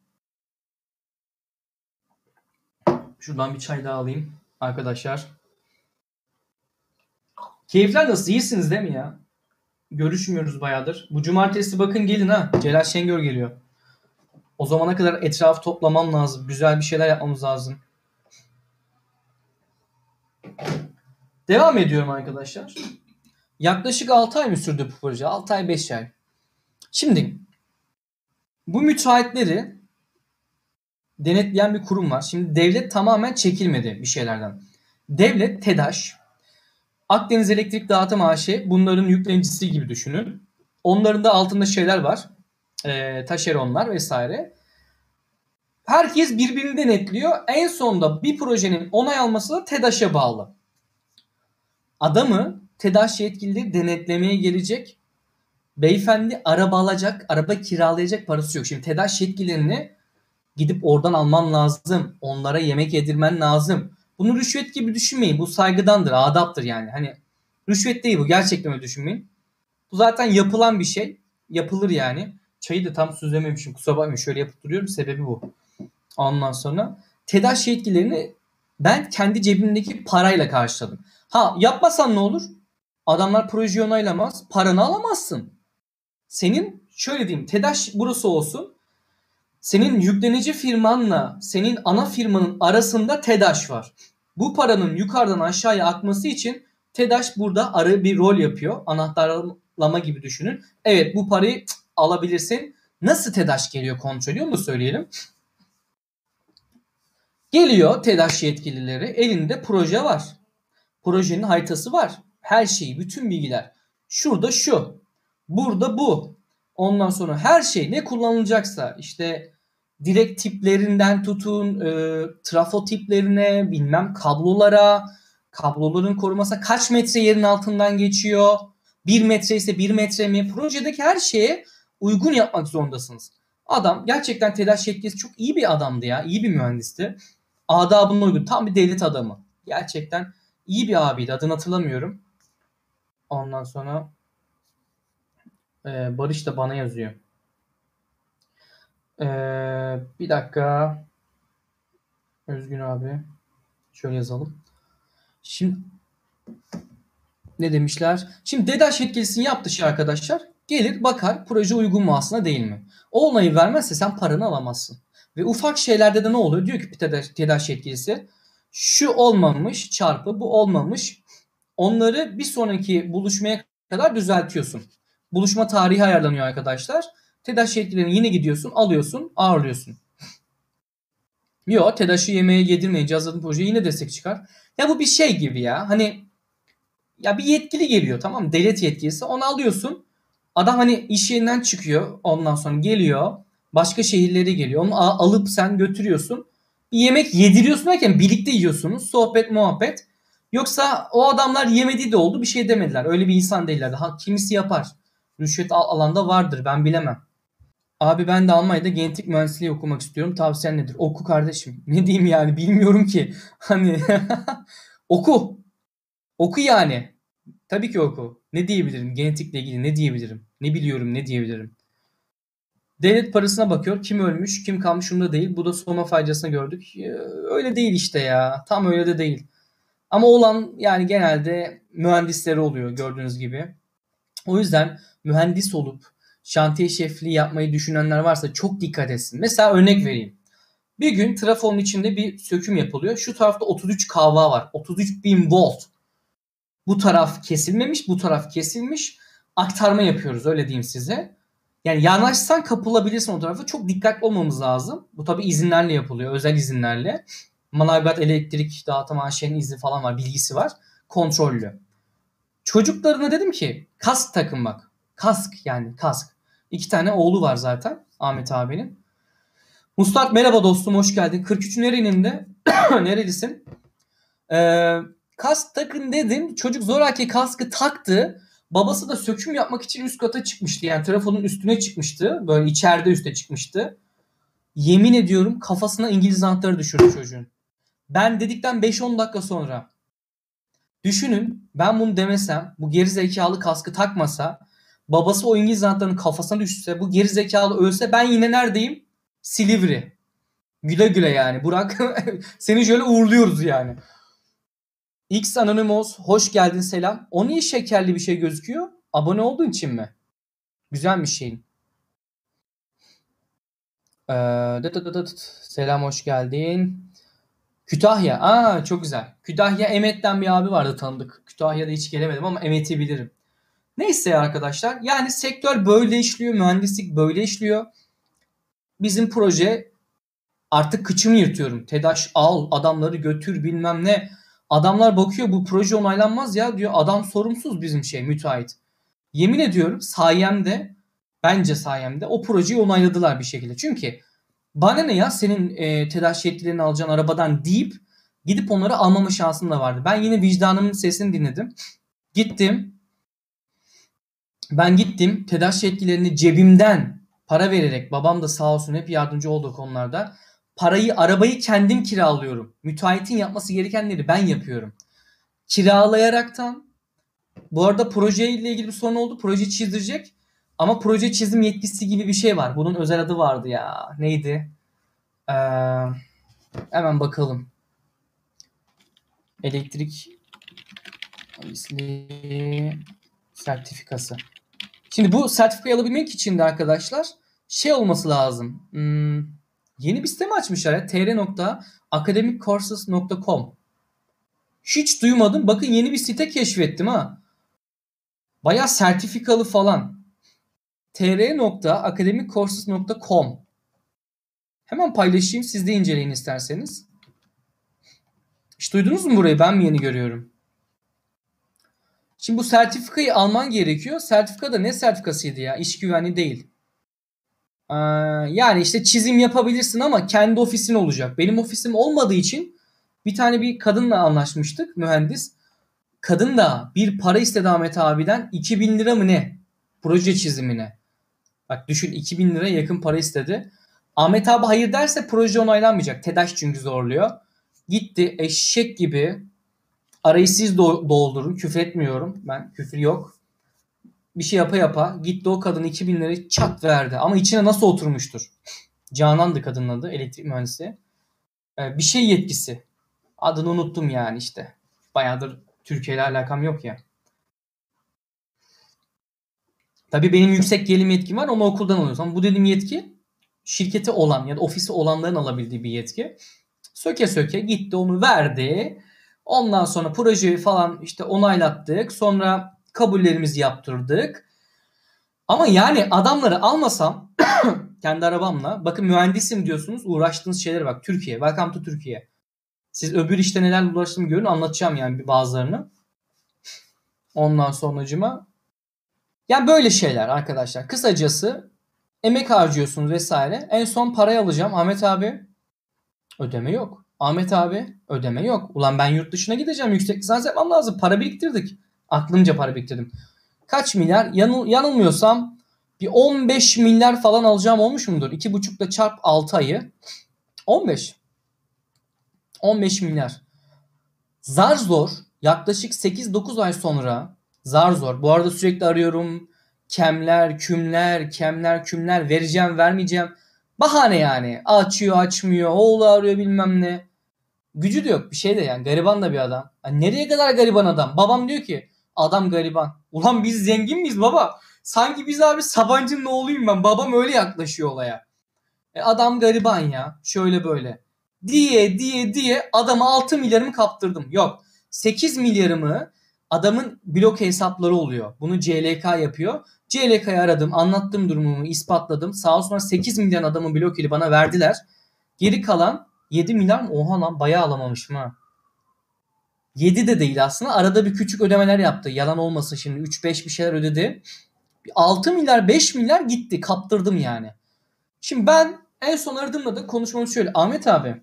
Şuradan bir çay daha alayım arkadaşlar. Keyifler nasıl? İyisiniz değil mi ya? Görüşmüyoruz bayağıdır. Bu cumartesi bakın gelin ha. Celal Şengör geliyor. O zamana kadar etrafı toplamam lazım. Güzel bir şeyler yapmamız lazım. Devam ediyorum arkadaşlar. Yaklaşık 6 ay mı sürdü bu proje? 6 ay 5 ay. Şimdi bu müteahhitleri denetleyen bir kurum var. Şimdi devlet tamamen çekilmedi bir şeylerden. Devlet, TEDAŞ, Akdeniz Elektrik Dağıtım AŞ bunların yüklenicisi gibi düşünün. Onların da altında şeyler var. taşeronlar vesaire. Herkes birbirini denetliyor. En sonunda bir projenin onay alması da TEDAŞ'a bağlı. Adamı TEDAŞ yetkilileri denetlemeye gelecek. Beyefendi araba alacak, araba kiralayacak parası yok. Şimdi TEDAŞ yetkililerini gidip oradan alman lazım. Onlara yemek yedirmen lazım. Bunu rüşvet gibi düşünmeyin. Bu saygıdandır, adaptır yani. Hani rüşvet değil bu. Gerçekten öyle düşünmeyin. Bu zaten yapılan bir şey. Yapılır yani. Çayı da tam süzlememişim. Kusura bakmayın. Şöyle yapıp duruyorum. Sebebi bu. Ondan sonra TEDAŞ yetkilerini ben kendi cebimdeki parayla karşıladım. Ha yapmasan ne olur? Adamlar projeyi onaylamaz. Paranı alamazsın. Senin şöyle diyeyim. TEDAŞ burası olsun. Senin yüklenici firmanla senin ana firmanın arasında TEDAŞ var. Bu paranın yukarıdan aşağıya akması için TEDAŞ burada arı bir rol yapıyor. Anahtarlama gibi düşünün. Evet bu parayı alabilirsin. Nasıl TEDAŞ geliyor kontrolü onu da söyleyelim. Geliyor TEDAŞ yetkilileri, elinde proje var. Projenin haritası var. Her şeyi, bütün bilgiler. Şurada şu, burada bu. Ondan sonra her şey ne kullanılacaksa işte direk tiplerinden tutun, trafo tiplerine, bilmem kablolara, kabloların koruması kaç metre yerin altından geçiyor, 1 metre ise 1 metre mi? Projedeki her şeye uygun yapmak zorundasınız. Adam gerçekten TEDAŞ yetkilisi çok iyi bir adamdı ya, iyi bir mühendisti. Adabına uygun. Tam bir devlet adamı. Gerçekten iyi bir abiydi. Adını hatırlamıyorum. Ondan sonra Barış da bana yazıyor. Bir dakika. Özgün abi. Şöyle yazalım. Şimdi ne demişler? Şimdi TEDAŞ yetkilisinin yaptığı şey arkadaşlar. Gelir bakar proje uygun mu aslında değil mi? O onayı vermezse sen paranı alamazsın. Ve ufak şeylerde de ne oluyor? Diyor ki TEDAŞ yetkilisi şu olmamış çarpı bu olmamış. Onları bir sonraki buluşmaya kadar düzeltiyorsun. Buluşma tarihi ayarlanıyor arkadaşlar. TEDAŞ yetkililerini yine gidiyorsun, alıyorsun, ağırlıyorsun. Yok TEDAŞ'ı yemeğe yedirmeyince hazırladığın proje yine destek çıkar. Ya bu bir şey gibi ya. Hani ya bir yetkili geliyor tamam mı? Devlet yetkilisi. Onu alıyorsun. Adam hani iş yerinden çıkıyor. Ondan sonra geliyor. Başka şehirlere geliyor. Onu alıp sen götürüyorsun. Bir yemek yediriyorsun derken birlikte yiyorsunuz. Sohbet muhabbet. Yoksa o adamlar yemediği de oldu bir şey demediler. Öyle bir insan değiller. Ha, kimisi yapar. Rüşvet alanda vardır ben bilemem. Abi ben de Almanya'da genetik mühendisliği okumak istiyorum. Tavsiyen nedir? Oku kardeşim. Ne diyeyim yani bilmiyorum ki. Hani oku. Oku yani. Tabii ki oku. Ne diyebilirim? Genetikle ilgili ne diyebilirim? Ne biliyorum ne diyebilirim? Devlet parasına bakıyor. Kim ölmüş, kim kalmış umurunda değil. Bu da soma faydasını gördük. Öyle değil işte ya. Tam öyle de değil. Ama olan yani genelde mühendisleri oluyor gördüğünüz gibi. O yüzden mühendis olup şantiye şefliği yapmayı düşünenler varsa çok dikkat etsin. Mesela örnek vereyim. Bir gün trafonun içinde bir söküm yapılıyor. Şu tarafta 33 kV var. 33.000 volt. Bu taraf kesilmemiş, bu taraf kesilmiş. Aktarma yapıyoruz öyle diyeyim size. Yani yanaşsan kapılabilirsin o tarafa. Çok dikkatli olmamız lazım. Bu tabi izinlerle yapılıyor. Özel izinlerle. Manavgat Elektrik Dağıtım AŞ'nin izni falan var. Bilgisi var. Kontrollü. Çocuklarına dedim ki kask takın bak. Kask yani kask. 2 tane oğlu var zaten Ahmet abinin. Mustat merhaba dostum hoş geldin. 43 nerenin de? Nerelisin? Kask takın dedim. Çocuk zoraki kaskı taktı. Babası da söküm yapmak için üst kata çıkmıştı. Yani trafonun üstüne çıkmıştı. Böyle içeride üste çıkmıştı. Yemin ediyorum kafasına İngiliz anahtarı düşürdü çocuğun. Ben dedikten 5-10 dakika sonra düşünün ben bunu demesem bu gerizekalı kaskı takmasa babası o İngiliz anahtarının kafasına düşse bu gerizekalı ölse ben yine neredeyim? Silivri. Güle güle yani Burak. Seni şöyle uğurluyoruz yani. X Anonymous hoş geldin selam. O niye şekerli bir şey gözüküyor? Abone olduğun için mi? Güzelmiş şeyin. Selam hoş geldin. Kütahya. Aa çok güzel. Kütahya Emet'ten bir abi vardı tanıdık. Kütahya'da hiç gelemedim ama Emet'i bilirim. Neyse arkadaşlar. Yani sektör böyle işliyor. Mühendislik böyle işliyor. Bizim proje artık kıçımı yırtıyorum. TEDAŞ al adamları götür bilmem ne. Adamlar bakıyor bu proje onaylanmaz ya diyor. Adam sorumsuz bizim müteahhit. Yemin ediyorum sayemde Bence sayemde o projeyi onayladılar bir şekilde. Çünkü bana ne ya senin tedarik yetkilerini alacağın arabadan deyip gidip onları almama şansım da vardı. Ben yine vicdanımın sesini dinledim. Gittim. Ben gittim. TEDAŞ yetkilerini cebimden para vererek, babam da sağ olsun hep yardımcı oldu konularda. Arabayı kendim kiralıyorum. Müteahhitin yapması gerekenleri ben yapıyorum. Kiralayaraktan. Bu arada projeyle ilgili bir sorun oldu. Proje çizdirecek. Ama proje çizim yetkisi gibi bir şey var. Bunun özel adı vardı ya. Neydi? Ee, hemen bakalım. Elektrik sertifikası. Şimdi bu sertifikayı alabilmek için de arkadaşlar şey olması lazım. Yeni bir site açmışlar ya. tr.academiccourses.com. Hiç duymadım. Bakın yeni bir site keşfettim ha. Bayağı sertifikalı falan. tr.academiccourses.com. Hemen paylaşayım. Siz de inceleyin isterseniz. Hiç duydunuz mu burayı? Ben mi yeni görüyorum? Şimdi bu sertifikayı alman gerekiyor. Sertifika da ne sertifikasıydı ya? İş güvenliği değil. Yani işte çizim yapabilirsin ama kendi ofisin olacak. Benim ofisim olmadığı için bir kadınla anlaşmıştık, mühendis. Kadın da bir para istedi Ahmet abiden, 2000 lira mı ne? Proje çizimine. Bak düşün, 2000 lira yakın para istedi. Ahmet abi hayır derse proje onaylanmayacak. TEDAŞ çünkü zorluyor. Gitti eşek gibi, arayı siz doldurun. Küfür etmiyorum. Ben küfür yok. Bir şey yapa gitti o kadın 2000 lirayı çat verdi. Ama içine nasıl oturmuştur? Canan'dı kadının adı, elektrik mühendisi. Bir şey yetkisi. Adını unuttum yani işte. Bayağıdır Türkiye ile alakam yok ya. Tabii benim yüksek gelim yetkim var, onu okuldan alıyoruz. Ama bu dediğim yetki şirketi olan ya da ofisi olanların alabildiği bir yetki. Söke söke gitti onu verdi. Ondan sonra projeyi falan işte onaylattık. Sonra kabullerimizi yaptırdık. Ama yani adamları almasam kendi arabamla, bakın mühendisim diyorsunuz, uğraştığınız şeylere bak. Türkiye, welcome to Türkiye. Siz öbür işte nelerle uğraştığımı görün, anlatacağım yani bazılarını. Ondan sonracıma. Yani böyle şeyler arkadaşlar. Kısacası emek harcıyorsunuz vesaire. En son parayı alacağım. Ahmet abi ödeme yok. Ahmet abi ödeme yok. Ulan ben yurt dışına gideceğim. Yüksek lisans yapmam lazım. Para biriktirdik. Aklımca para biriktirdim. Kaç milyar? Yanılmıyorsam bir 15 milyar falan alacağım olmuş mudur? 2,5 ile çarp 6 ayı. 15. 15 milyar. Zar zor yaklaşık 8-9 ay sonra, zar zor. Bu arada sürekli arıyorum. Kemler vereceğim vermeyeceğim. Bahane yani. Açıyor açmıyor. Oğlu arıyor bilmem ne. Gücü de yok bir şey de yani. Gariban da bir adam. Yani nereye kadar gariban adam? Babam diyor ki adam gariban. Ulan biz zengin miyiz baba? Sanki biz abi Sabancı'nın oğluyum ben. Babam öyle yaklaşıyor olaya. Adam gariban ya. Şöyle böyle. Diye adama 6 milyarımı kaptırdım. Yok. 8 milyarımı, adamın blok hesapları oluyor. Bunu CLK yapıyor. CLK'yı aradım. Anlattım durumumu. İspatladım. Sağ olsunlar 8 milyon adamın blok ili bana verdiler. Geri kalan 7 milyar mı? Oha lan bayağı alamamışım ha. 7 de değil aslında. Arada bir küçük ödemeler yaptı. Yalan olmasın şimdi. 3-5 bir şeyler ödedi. 6 milyar 5 milyar gitti. Kaptırdım yani. Şimdi ben en son aradığımda da konuşmamız şöyle. Ahmet abi.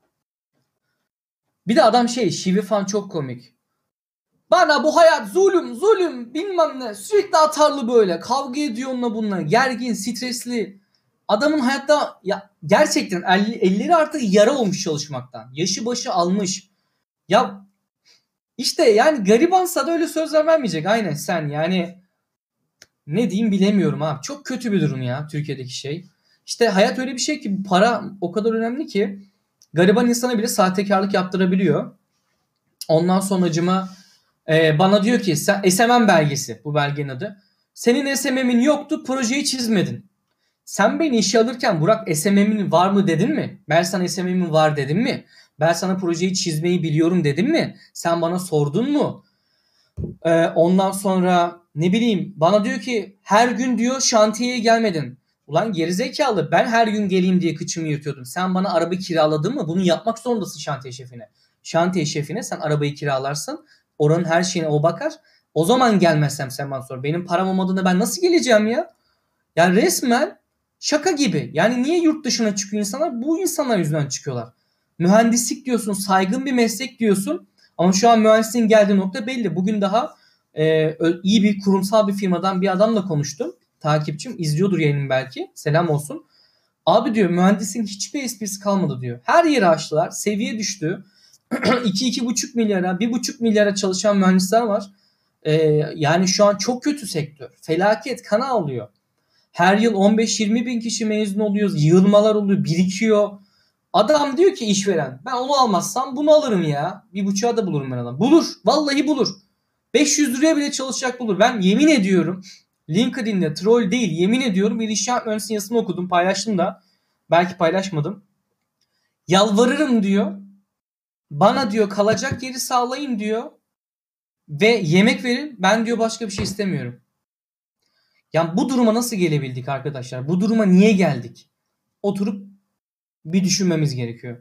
Bir de adam şive falan çok komik. Bana bu hayat zulüm bilmem ne. Sürekli atarlı böyle. Kavga ediyor onunla bununla. Gergin, stresli. Adamın hayatta ya gerçekten elleri artık yara olmuş çalışmaktan. Yaşı başı almış. Ya işte yani garibansa da öyle sözler vermeyecek. Aynen sen yani ne diyeyim bilemiyorum abi. Çok kötü bir durum ya Türkiye'deki şey. İşte hayat öyle bir şey ki para o kadar önemli ki gariban insana bile sahtekarlık yaptırabiliyor. Ondan sonracıma bana diyor ki sen SMM belgesi, bu belgenin adı. Senin SMM'in yoktu, projeyi çizmedin. Sen beni işe alırken Burak SMM'in var mı dedin mi? Ben sana SMM'in var dedim mi? Ben sana projeyi çizmeyi biliyorum dedim mi? Sen bana sordun mu? Ondan sonra ne bileyim bana diyor ki her gün diyor şantiyeye gelmedin. Ulan gerizekalı, ben her gün geleyim diye kıçımı yırtıyordum. Sen bana araba kiraladın mı? Bunu yapmak zorundasın şantiye şefine. Şantiye şefine sen arabayı kiralarsın. Oranın her şeyine o bakar. O zaman gelmezsem sen bana sor. Benim param olmadığında ben nasıl geleceğim ya? Yani resmen şaka gibi. Yani niye yurt dışına çıkıyor insanlar? Bu insanlar yüzünden çıkıyorlar. Mühendislik diyorsun, saygın bir meslek diyorsun. Ama şu an mühendisliğin geldiği nokta belli. Bugün daha iyi bir kurumsal bir firmadan bir adamla konuştum. Takipçim izliyordur yayınımı belki. Selam olsun. Abi diyor mühendisliğin hiçbir esprisi kalmadı diyor. Her yeri açtılar. Seviye düştü. 2-2,5 milyara, 1,5 milyara çalışan mühendisler var. Yani şu an çok kötü sektör. Felaket, kana alıyor. Her yıl 15-20 bin kişi mezun oluyor. Yığılmalar oluyor, birikiyor. Adam diyor ki işveren, ben onu almazsam bunu alırım ya. 1,5'a da bulurum ben adam. Bulur. Vallahi bulur. 500 liraya bile çalışacak bulur. Ben yemin ediyorum LinkedIn'de troll değil, yemin ediyorum bir inşaat mühendisliği yazısını okudum, paylaştım da. Belki paylaşmadım. Yalvarırım diyor. Bana diyor kalacak yeri sağlayın diyor. Ve yemek verin. Ben diyor başka bir şey istemiyorum. Yani bu duruma nasıl gelebildik arkadaşlar? Bu duruma niye geldik? Oturup bir düşünmemiz gerekiyor.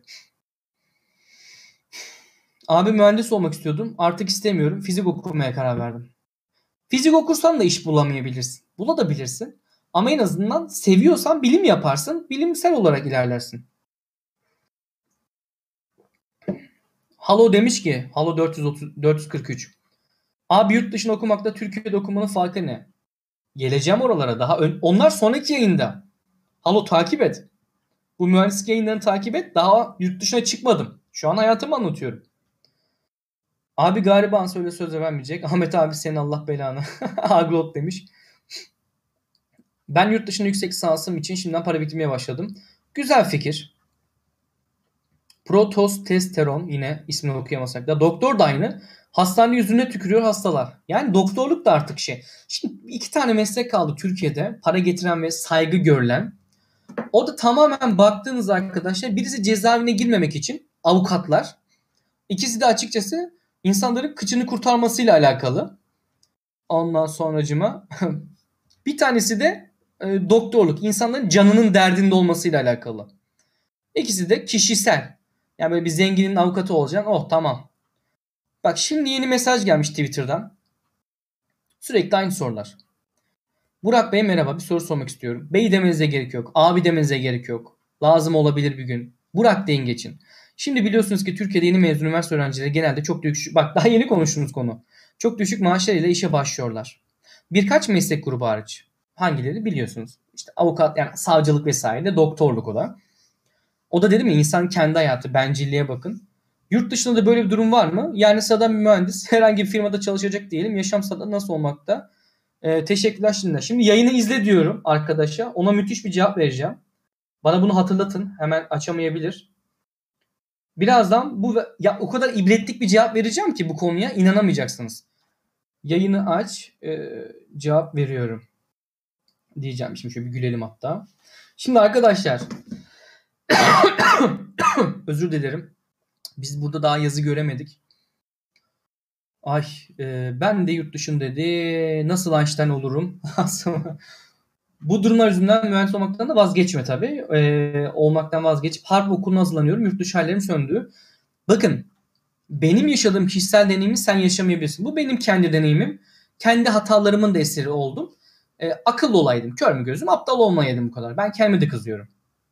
Abi mühendis olmak istiyordum. Artık istemiyorum. Fizik okumaya karar verdim. Fizik okursan da iş bulamayabilirsin. Bulabilirsin. Ama en azından seviyorsan bilim yaparsın. Bilimsel olarak ilerlersin. Halo demiş ki, Halo 443. Abi yurt dışına okumakla Türkiye'de okumanın farkı ne? Geleceğim oralara daha. Onlar sonraki yayında. Halo takip et. Bu mühendislik yayınlarını takip et. Daha yurt dışına çıkmadım. Şu an hayatımı anlatıyorum. Abi gariban söyle söze vermeyecek. Ahmet abi senin Allah belanı. Aglot demiş. Ben yurt dışında yüksek lisansım için şimdiden para biriktirmeye başladım. Güzel fikir. Protosteron yine ismini okuyamasak da. Doktor da aynı. Hastane yüzüne tükürüyor hastalar. Yani doktorluk da artık şey. Şimdi 2 tane meslek kaldı Türkiye'de. Para getiren ve saygı görülen. O da tamamen baktığınız arkadaşlar birisi cezaevine girmemek için avukatlar. İkisi de açıkçası insanların kıçını kurtarmasıyla alakalı. Ondan sonracıma bir tanesi de doktorluk. İnsanların canının derdinde olmasıyla alakalı. İkisi de kişisel. Yani böyle bir zenginin avukatı olacaksın. Oh tamam. Bak şimdi yeni mesaj gelmiş Twitter'dan. Sürekli aynı sorular. Burak Bey merhaba, bir soru sormak istiyorum. Bey demenize gerek yok. Abi demenize gerek yok. Lazım olabilir bir gün. Burak deyin geçin. Şimdi biliyorsunuz ki Türkiye'de yeni mezun üniversite öğrencileri genelde çok düşük. Bak daha yeni konuştuğumuz konu. Çok düşük maaşlarıyla işe başlıyorlar. Birkaç meslek grubu hariç. Hangileri biliyorsunuz. İşte avukat, yani savcılık vesaire, doktorluk o da. O da dedim ya, insan kendi hayatı, bencilliğe bakın. Yurt dışında da böyle bir durum var mı? Yani sıradan bir mühendis herhangi bir firmada çalışacak diyelim. Yaşam standartı nasıl olmakta? Teşekkürler şimdi. Şimdi yayını izle diyorum arkadaşa. Ona müthiş bir cevap vereceğim. Bana bunu hatırlatın. Hemen açamayabilir. Birazdan bu ya o kadar ibretlik bir cevap vereceğim ki bu konuya inanamayacaksınız. Yayını aç. Cevap veriyorum. Diyeceğim. Şimdi şöyle bir gülelim hatta. Şimdi arkadaşlar özür dilerim. Biz burada daha yazı göremedik. Ay ben de yurt dışında dedi. Nasıl Einstein olurum? Bu durumlar yüzünden mühendis olmaktan da vazgeçme tabii. Olmaktan vazgeçip harp okuluna hazırlanıyorum. Yurt dışı hallerim söndü. Bakın benim yaşadığım kişisel deneyimi sen yaşamayabilirsin. Bu benim kendi deneyimim. Kendi hatalarımın da eseri oldum. Akıllı olaydım. Kör mü gözüm? Aptal olmayaydım bu kadar. Ben kendime de kızıyorum.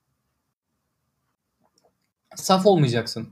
Saf olmayacaksın.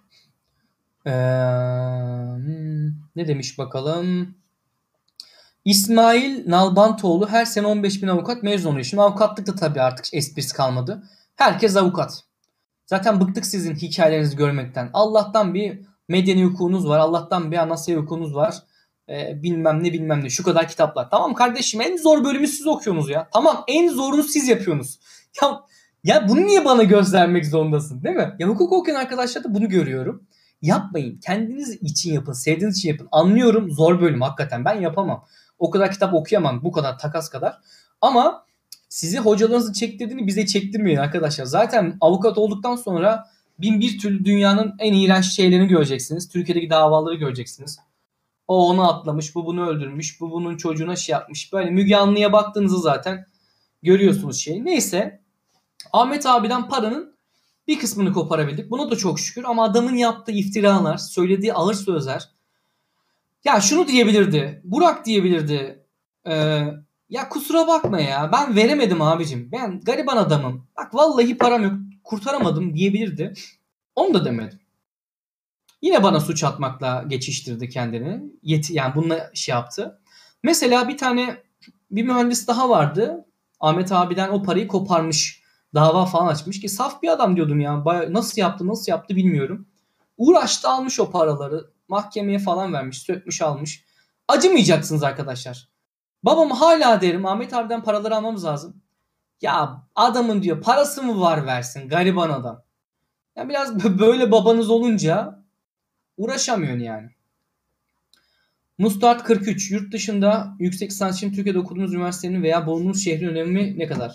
Ne demiş bakalım? İsmail Nalbantoğlu her sene 15 bin avukat mezun oluyor. Şimdi avukatlık da tabii artık esprisi kalmadı. Herkes avukat. Zaten bıktık sizin hikayelerinizi görmekten. Allah'tan bir medeni hukukunuz var. Allah'tan bir anayasa hukukunuz var. Bilmem ne bilmem ne. Şu kadar kitaplar. Tamam kardeşim, en zor bölümü siz okuyorsunuz ya. Tamam, en zorunu siz yapıyorsunuz. Ya bunu niye bana göstermek zorundasın, değil mi? Ya hukuk okuyan arkadaşlar da bunu görüyorum. Yapmayın. Kendiniz için yapın. Sevdiğiniz için yapın. Anlıyorum, zor bölüm hakikaten. Ben yapamam. O kadar kitap okuyamam. Bu kadar takas kadar. Ama sizi hocalarınızın çektirdiğini bize çektirmeyin arkadaşlar. Zaten avukat olduktan sonra bin bir türlü dünyanın en iğrenç şeylerini göreceksiniz. Türkiye'deki davaları göreceksiniz. O onu atlamış, bu bunu öldürmüş, bu bunun çocuğuna şey yapmış. Böyle Müge Anlı'ya baktığınızda zaten görüyorsunuz şeyi. Neyse, Ahmet abiden paranın bir kısmını koparabildik. Buna da çok şükür, ama adamın yaptığı iftiralar, söylediği ağır sözler. Ya şunu diyebilirdi, Burak diyebilirdi. Ya kusura bakma ya. Ben veremedim abicim. Ben gariban adamım. Bak vallahi param yok. Kurtaramadım diyebilirdi. Onu da demedi. Yine bana suç atmakla geçiştirdi kendini. Yani bununla şey yaptı. Mesela bir mühendis daha vardı. Ahmet abiden o parayı koparmış. Dava falan açmış ki saf bir adam diyordum ya. Nasıl yaptı bilmiyorum. Uğraştı almış o paraları. Mahkemeye falan vermiş. Sökmüş almış. Acımayacaksınız arkadaşlar. Babam hala derim Ahmet abiden paraları almamız lazım. Ya adamın diyor parası mı var versin gariban adam. Ya biraz böyle babanız olunca uğraşamıyorsun yani. Mustart 43. Yurt dışında yüksek lisans için Türkiye'de okuduğunuz üniversitenin veya bulunduğunuz şehrin önemi ne kadar?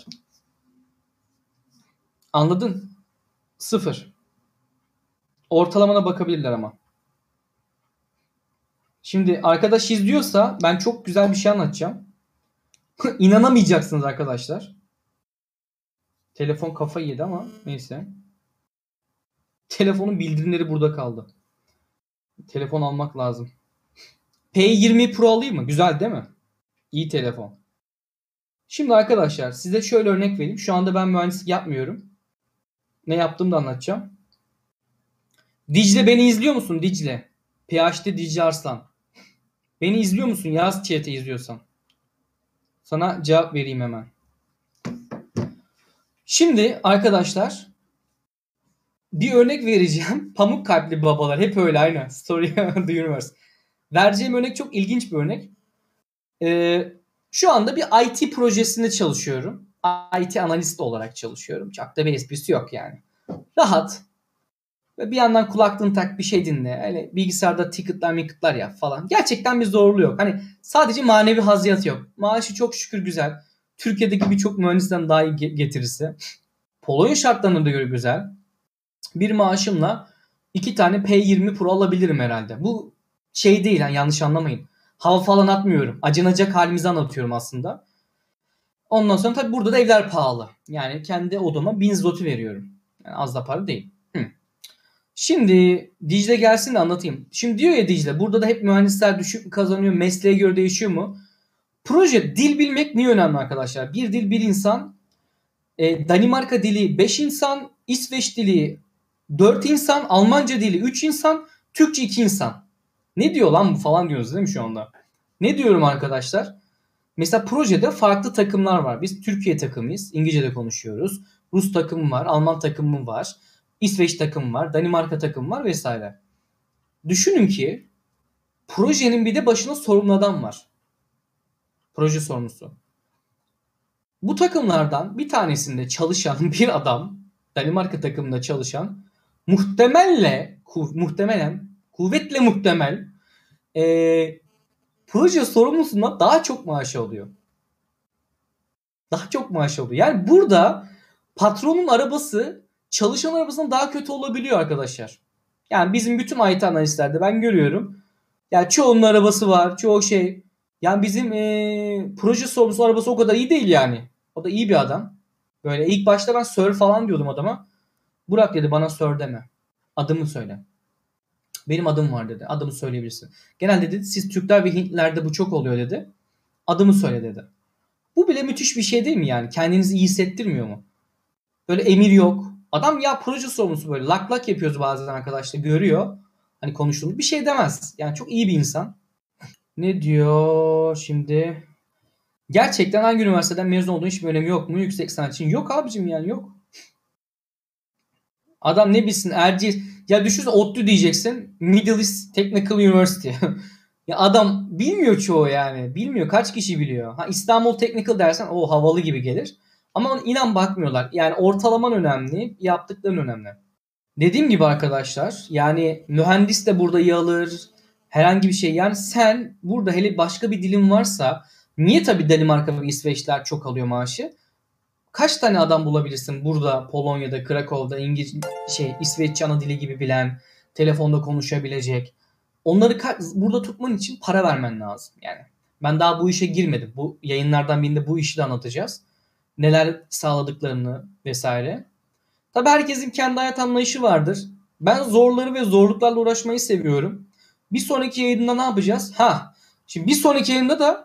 Anladın? 0. Ortalamana bakabilirler ama. Şimdi arkadaş izliyorsa ben çok güzel bir şey anlatacağım. İnanamayacaksınız arkadaşlar. Telefon kafayı yedi ama neyse. Telefonun bildirimleri burada kaldı. Telefon almak lazım. P20 Pro alayım mı? Güzel değil mi? İyi telefon. Şimdi arkadaşlar size şöyle örnek vereyim. Şu anda ben mühendislik yapmıyorum. Ne yaptığımı da anlatacağım. Dicle beni izliyor musun Dicle? PhD Dicle Arslan. Beni izliyor musun? Yaz chat'e izliyorsan. Sana cevap vereyim hemen. Şimdi arkadaşlar bir örnek vereceğim. Pamuk kalpli babalar hep öyle aynı. Story of the Universe. Vereceğim örnek çok ilginç bir örnek. Şu anda bir IT projesinde çalışıyorum. IT analist olarak çalışıyorum. Çok da bir esprisi yok yani. Rahat. Ve bir yandan kulaklığını tak bir şey dinle. Hani bilgisayarda ticketlar yap falan. Gerçekten bir zorluğu yok. Hani sadece manevi haziyat yok. Maaşı çok şükür güzel. Türkiye'deki birçok mühendisten daha iyi getirisi. Polonya şartlarına da göre güzel. Bir maaşımla 2 tane P20 Pro alabilirim herhalde. Bu şey değil yani yanlış anlamayın. Hava falan atmıyorum. Acınacak halimizi anlatıyorum aslında. Ondan sonra tabii burada da evler pahalı. Yani kendi odama 1000 zloty veriyorum. Yani az da para değil. Şimdi Dicle gelsin de anlatayım. Şimdi diyor ya Dicle burada da hep mühendisler düşük mü kazanıyor? Mesleğe göre değişiyor mu? Proje dil bilmek niye önemli arkadaşlar? Bir dil bir insan. Danimarka dili 5 insan. İsveç dili 4 insan. Almanca dili 3 insan. Türkçe 2 insan. Ne diyor lan bu falan diyoruz değil mi şu anda? Ne diyorum arkadaşlar? Mesela projede farklı takımlar var. Biz Türkiye takımıyız. İngilizce'de konuşuyoruz. Rus takımı var. Alman takımı var. İsveç takımı var. Danimarka takımı var vesaire. Düşünün ki projenin bir de başına sorumlu adam var. Proje sorumlusu. Bu takımlardan bir tanesinde çalışan bir adam, Danimarka takımında çalışan muhtemelen kuvvetle muhtemel proje sorumlusundan daha çok maaş alıyor. Daha çok maaş alıyor. Yani burada patronun arabası çalışan arabasından daha kötü olabiliyor arkadaşlar. Yani bizim bütün IT analistlerde ben görüyorum. Yani çoğunun arabası var. Çoğu şey. Yani bizim proje sorumlusu arabası o kadar iyi değil yani. O da iyi bir adam. Böyle ilk başta ben sir falan diyordum adama. Burak dedi bana sir deme. Adımı söyle. Benim adım var dedi. Adımı söyleyebilirsin. Genelde dedi siz Türkler ve Hintlilerde bu çok oluyor dedi. Adımı söyle dedi. Bu bile müthiş bir şey değil mi yani? Kendinizi iyi hissettirmiyor mu? Böyle emir yok. Adam ya proje sorumlusu böyle lak lak yapıyoruz bazen arkadaşlar görüyor. Hani konuştuğumuz bir şey demez. Yani çok iyi bir insan. Ne diyor şimdi? Gerçekten hangi üniversiteden mezun olduğun hiçbir önemi yok mu? Yüksek sanat için. Yok abicim yani yok. Adam ne bilsin Erciyes. Ya düşünsene ODTÜ diyeceksin. Middle East Technical University. Ya adam bilmiyor çoğu yani. Bilmiyor. Kaç kişi biliyor? Ha İstanbul Technical dersen o havalı gibi gelir. Ama inan bakmıyorlar. Yani ortalaman önemli. Yaptıkların önemli. Dediğim gibi arkadaşlar yani mühendis de burada iyi alır. Herhangi bir şey. Yani sen burada hele başka bir dilin varsa niye tabii Danimarka ve İsveçler çok alıyor maaşı? Kaç tane adam bulabilirsin burada Polonya'da, Krakow'da İsveççe ana dili gibi bilen, telefonda konuşabilecek. Onları burada tutman için para vermen lazım yani. Ben daha bu işe girmedim. Bu yayınlardan birinde bu işi de anlatacağız. Neler sağladıklarını vesaire. Tabii herkesin kendi hayat anlayışı vardır. Ben zorları ve zorluklarla uğraşmayı seviyorum. Bir sonraki yayında ne yapacağız? Şimdi bir sonraki yayında da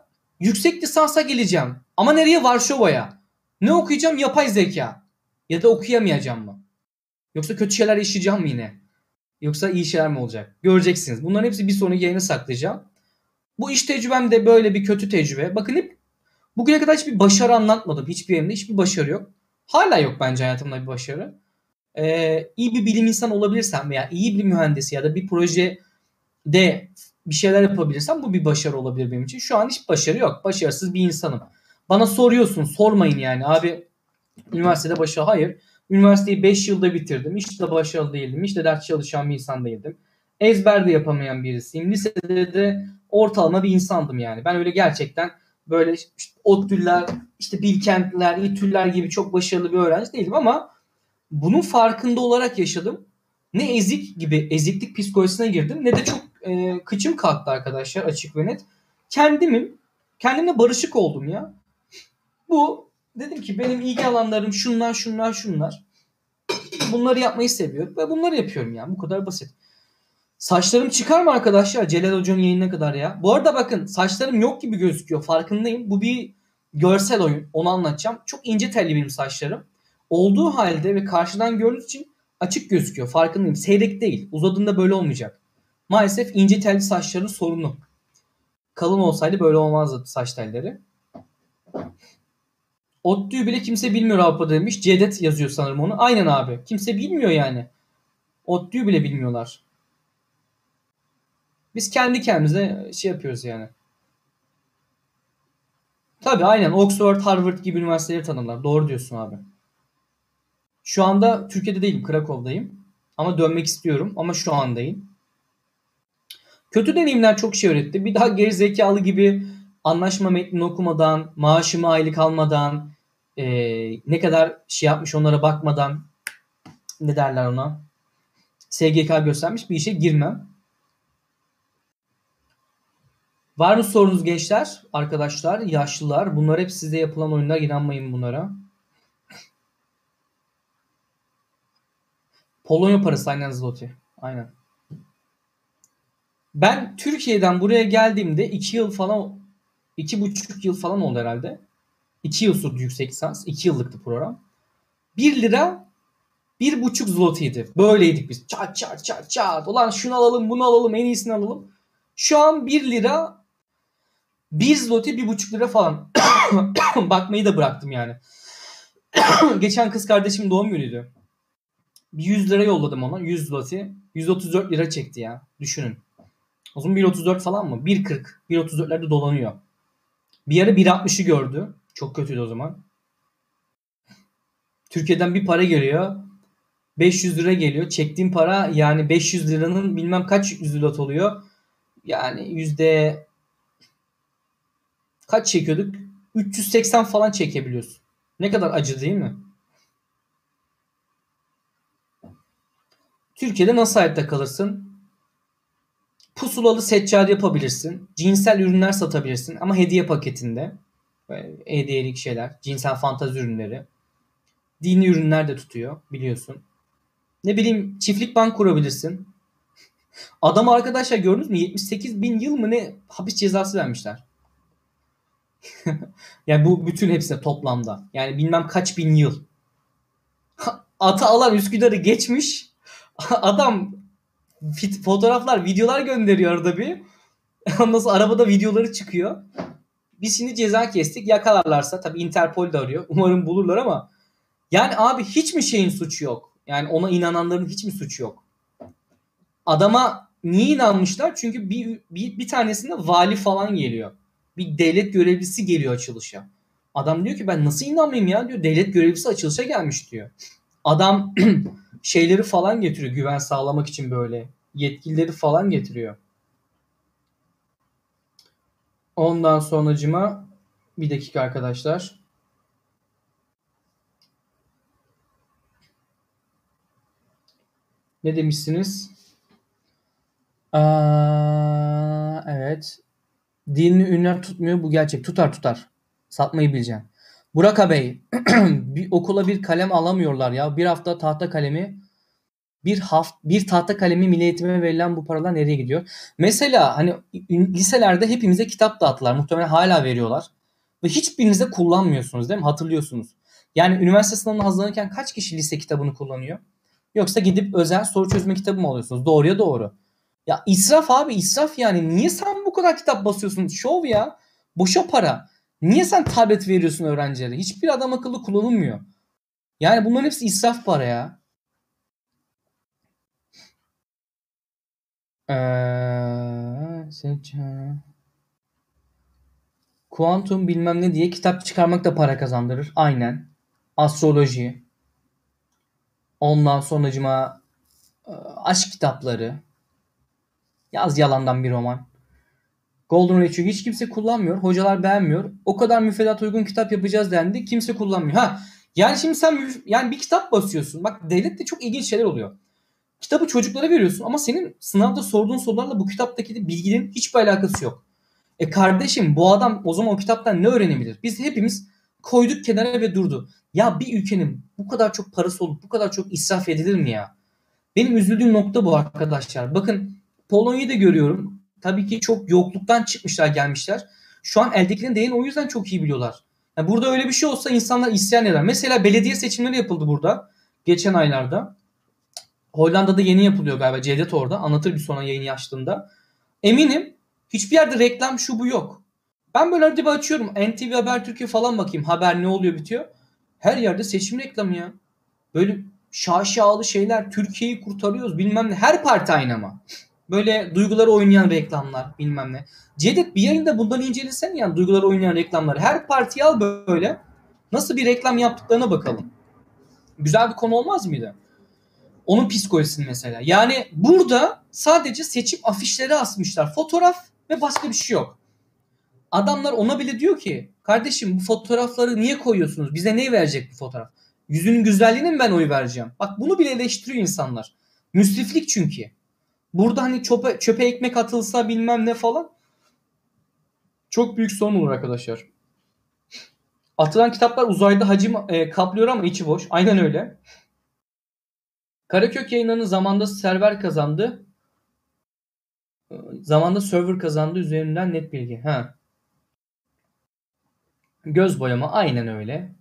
Yüksek lisansa geleceğim. Ama nereye? Varşova'ya. Ne okuyacağım? Yapay zeka. Ya da okuyamayacağım mı? Yoksa kötü şeyler yaşayacağım mı yine? Yoksa iyi şeyler mi olacak? Göreceksiniz. Bunların hepsi bir sonraki yayına saklayacağım. Bu iş tecrübem de böyle bir kötü tecrübe. Bakın hep bugüne kadar hiçbir başarı anlatmadım. Hiçbir yerimde hiçbir başarı yok. Hala yok bence hayatımda bir başarı. İyi bir bilim insanı olabilirsem veya iyi bir mühendisi ya da bir projede bir şeyler yapabilirsem bu bir başarı olabilir benim için. Şu an hiç başarı yok. Başarısız bir insanım. Bana soruyorsun, sormayın yani. Abi üniversitede başarı. Hayır. Üniversiteyi 5 yılda bitirdim. Hiç de başarılı değildim. Hiç de ders çalışan bir insan değildim. Ezber de yapamayan birisiyim. Lisede de ortalama bir insandım yani. Ben öyle gerçekten böyle işte ODTÜ'ler, işte Bilkent'ler, İTÜ'ler gibi çok başarılı bir öğrenci değildim ama bunun farkında olarak yaşadım. Ne ezik gibi eziklik psikolojisine girdim ne de çok kıçım kalktı arkadaşlar, açık ve net. Kendimle barışık oldum ya. Bu dedim ki benim ilgi alanlarım şunlar. Bunları yapmayı seviyorum ve bunları yapıyorum yani. Bu kadar basit. Saçlarım çıkar mı arkadaşlar? Celal Hoca'nın yayınına kadar ya. Bu arada bakın saçlarım yok gibi gözüküyor. Farkındayım. Bu bir görsel oyun. Onu anlatacağım. Çok ince telli benim saçlarım. Olduğu halde ve karşıdan gördüğünüz için açık gözüküyor. Farkındayım. Seyrek değil. Uzadığında böyle olmayacak. Maalesef ince telli saçların sorunu. Kalın olsaydı böyle olmazdı saç telleri. ODTÜ'yü bile kimse bilmiyor Avrupa'da demiş. Cedet yazıyor sanırım onu. Aynen abi. Kimse bilmiyor yani. ODTÜ'yü bile bilmiyorlar. Biz kendi kendimize şey yapıyoruz yani. Tabii aynen Oxford, Harvard gibi üniversiteleri tanırlar. Doğru diyorsun abi. Şu anda Türkiye'de değilim. Krakow'dayım. Ama dönmek istiyorum. Ama şu andayım. Kötü deneyimler çok şey öğretti. Bir daha geri zekalı gibi anlaşma metnini okumadan, maaşıma aylık almadan, ne kadar şey yapmış onlara bakmadan, ne derler ona, SGK göstermiş bir işe girmem. Var mı sorunuz gençler, arkadaşlar, yaşlılar? Bunlar hep size yapılan oyunlar. İnanmayın bunlara. Polonya parası aynen zloty. Aynen. Ben Türkiye'den buraya geldiğimde 2 yıl falan 2,5 yıl falan oldu herhalde. 2 yıl sürdü yüksek lisans. 2 yıllıktı program. 1 lira 1,5 zlotiydi. Böyleydik biz. Çat çat çat çat. Ulan şunu alalım bunu alalım en iyisini alalım. Şu an 1 lira 1 zloty 1,5 lira falan. Bakmayı da bıraktım yani. Geçen kız kardeşim doğum günüydü. Bir 100 lira yolladım ona. 100 zloty. 134 lira çekti ya. Düşünün. O zaman 1.34 falan mı? 1.40. 1.34'lerde dolanıyor. Bir ara 1.60'ı gördü. Çok kötüydü o zaman. Türkiye'den bir para geliyor. 500 lira geliyor. Çektiğim para yani 500 liranın bilmem kaç zlot oluyor. Yani yüzde kaç çekiyorduk? 380 falan çekebiliyorsun. Ne kadar acı değil mi? Türkiye'de nasıl hayatta kalırsın? Pusulalı seccade yapabilirsin. Cinsel ürünler satabilirsin ama hediye paketinde. Hediyelik şeyler. Cinsel fantazi ürünleri. Dini ürünler de tutuyor biliyorsun. Ne bileyim çiftlik bank kurabilirsin. Adam arkadaşlar gördünüz mü? 78 bin yıl mı ne hapis cezası vermişler. Yani bu bütün hepsine toplamda. Yani bilmem kaç bin yıl. Atı alan Üsküdar'ı geçmiş. Adam fotoğraflar, videolar gönderiyor arada bir. Ondan sonra arabada videoları çıkıyor. Biz şimdi ceza kestik. Yakalarlarsa tabii Interpol de arıyor. Umarım bulurlar ama yani abi hiç mi şeyin suçu yok? Yani ona inananların hiç mi suçu yok? Adama niye inanmışlar? Çünkü bir tanesinde vali falan geliyor. Bir devlet görevlisi geliyor açılışa. Adam diyor ki ben nasıl inanmayayım ya diyor. Devlet görevlisi açılışa gelmiş diyor. Adam şeyleri falan getiriyor güven sağlamak için böyle. Yetkilileri falan getiriyor. Ondan sonracıma bir dakika arkadaşlar. Ne demişsiniz? Evet. Dini ünler tutmuyor bu gerçek. Tutar. Satmayı bileceksin. Burak Bey bir okula bir kalem alamıyorlar ya. Bir hafta tahta kalemi Bir tahta kalemi milli eğitime verilen bu paralar nereye gidiyor? Mesela hani liselerde hepimize kitap dağıttılar. Muhtemelen hala veriyorlar. Ve hiçbiriniz de kullanmıyorsunuz değil mi? Hatırlıyorsunuz. Yani üniversite sınavına hazırlanırken kaç kişi lise kitabını kullanıyor? Yoksa gidip özel soru çözme kitabı mı alıyorsunuz? Doğruya doğru. Ya israf abi, israf yani. Niye sen bu kadar kitap basıyorsun? Şov ya. Boşa para. Niye sen tablet veriyorsun öğrencilere? Hiçbir adam akıllı kullanılmıyor. Yani bunların hepsi israf para ya. Kuantum bilmem ne diye kitap çıkarmak da para kazandırır. Aynen. Astroloji. Ondan sonracıma aşk kitapları. Yaz yalandan bir roman. Golden Retriever hiç kimse kullanmıyor. Hocalar beğenmiyor. O kadar müfredat uygun kitap yapacağız dendi. Kimse kullanmıyor. Yani şimdi sen yani bir kitap basıyorsun. Bak devlette çok ilginç şeyler oluyor. Kitabı çocuklara veriyorsun ama senin sınavda sorduğun sorularla bu kitaptaki bilginin hiçbir alakası yok. Kardeşim bu adam o zaman o kitaptan ne öğrenebilir? Biz hepimiz koyduk kenara ve durdu. Ya bir ülkenin bu kadar çok parası olup bu kadar çok israf edilir mi ya? Benim üzüldüğüm nokta bu arkadaşlar. Bakın Polonya'yı da görüyorum. Tabii ki çok yokluktan çıkmışlar gelmişler. Şu an eldekilerin değerini o yüzden çok iyi biliyorlar. Yani burada öyle bir şey olsa insanlar isyan eder. Mesela belediye seçimleri yapıldı burada. Geçen aylarda. Hollanda'da yeni yapılıyor galiba. Cevdet orada. Anlatır bir sonra yayını açtığında. Eminim hiçbir yerde reklam şu bu yok. Ben böyle arada bir açıyorum. NTV Haber Türkiye falan bakayım. Haber ne oluyor bitiyor. Her yerde seçim reklamı ya. Böyle şaşalı şeyler. Türkiye'yi kurtarıyoruz bilmem ne. Her parti aynı ama. Böyle duyguları oynayan reklamlar bilmem ne. Cevdet bir yayında bundan incelesen yani duyguları oynayan reklamları. Her partiyi al böyle. Nasıl bir reklam yaptıklarına bakalım. Güzel bir konu olmaz mıydı? Onun psikolojisini mesela. Yani burada sadece seçim afişleri asmışlar. Fotoğraf ve başka bir şey yok. Adamlar ona bile diyor ki kardeşim bu fotoğrafları niye koyuyorsunuz? Bize ne verecek bu fotoğraf? Yüzünün güzelliğine mi ben oy vereceğim? Bak bunu bile eleştiriyor insanlar. Müsriflik çünkü. Burada hani çöpe ekmek atılsa bilmem ne falan çok büyük sorun olur arkadaşlar. Atılan kitaplar uzayda hacim kaplıyor ama içi boş. Aynen öyle. Karakök yayınlarının zamanda server kazandı. Zamanda server kazandı üzerinden net bilgi. Göz boyama aynen öyle.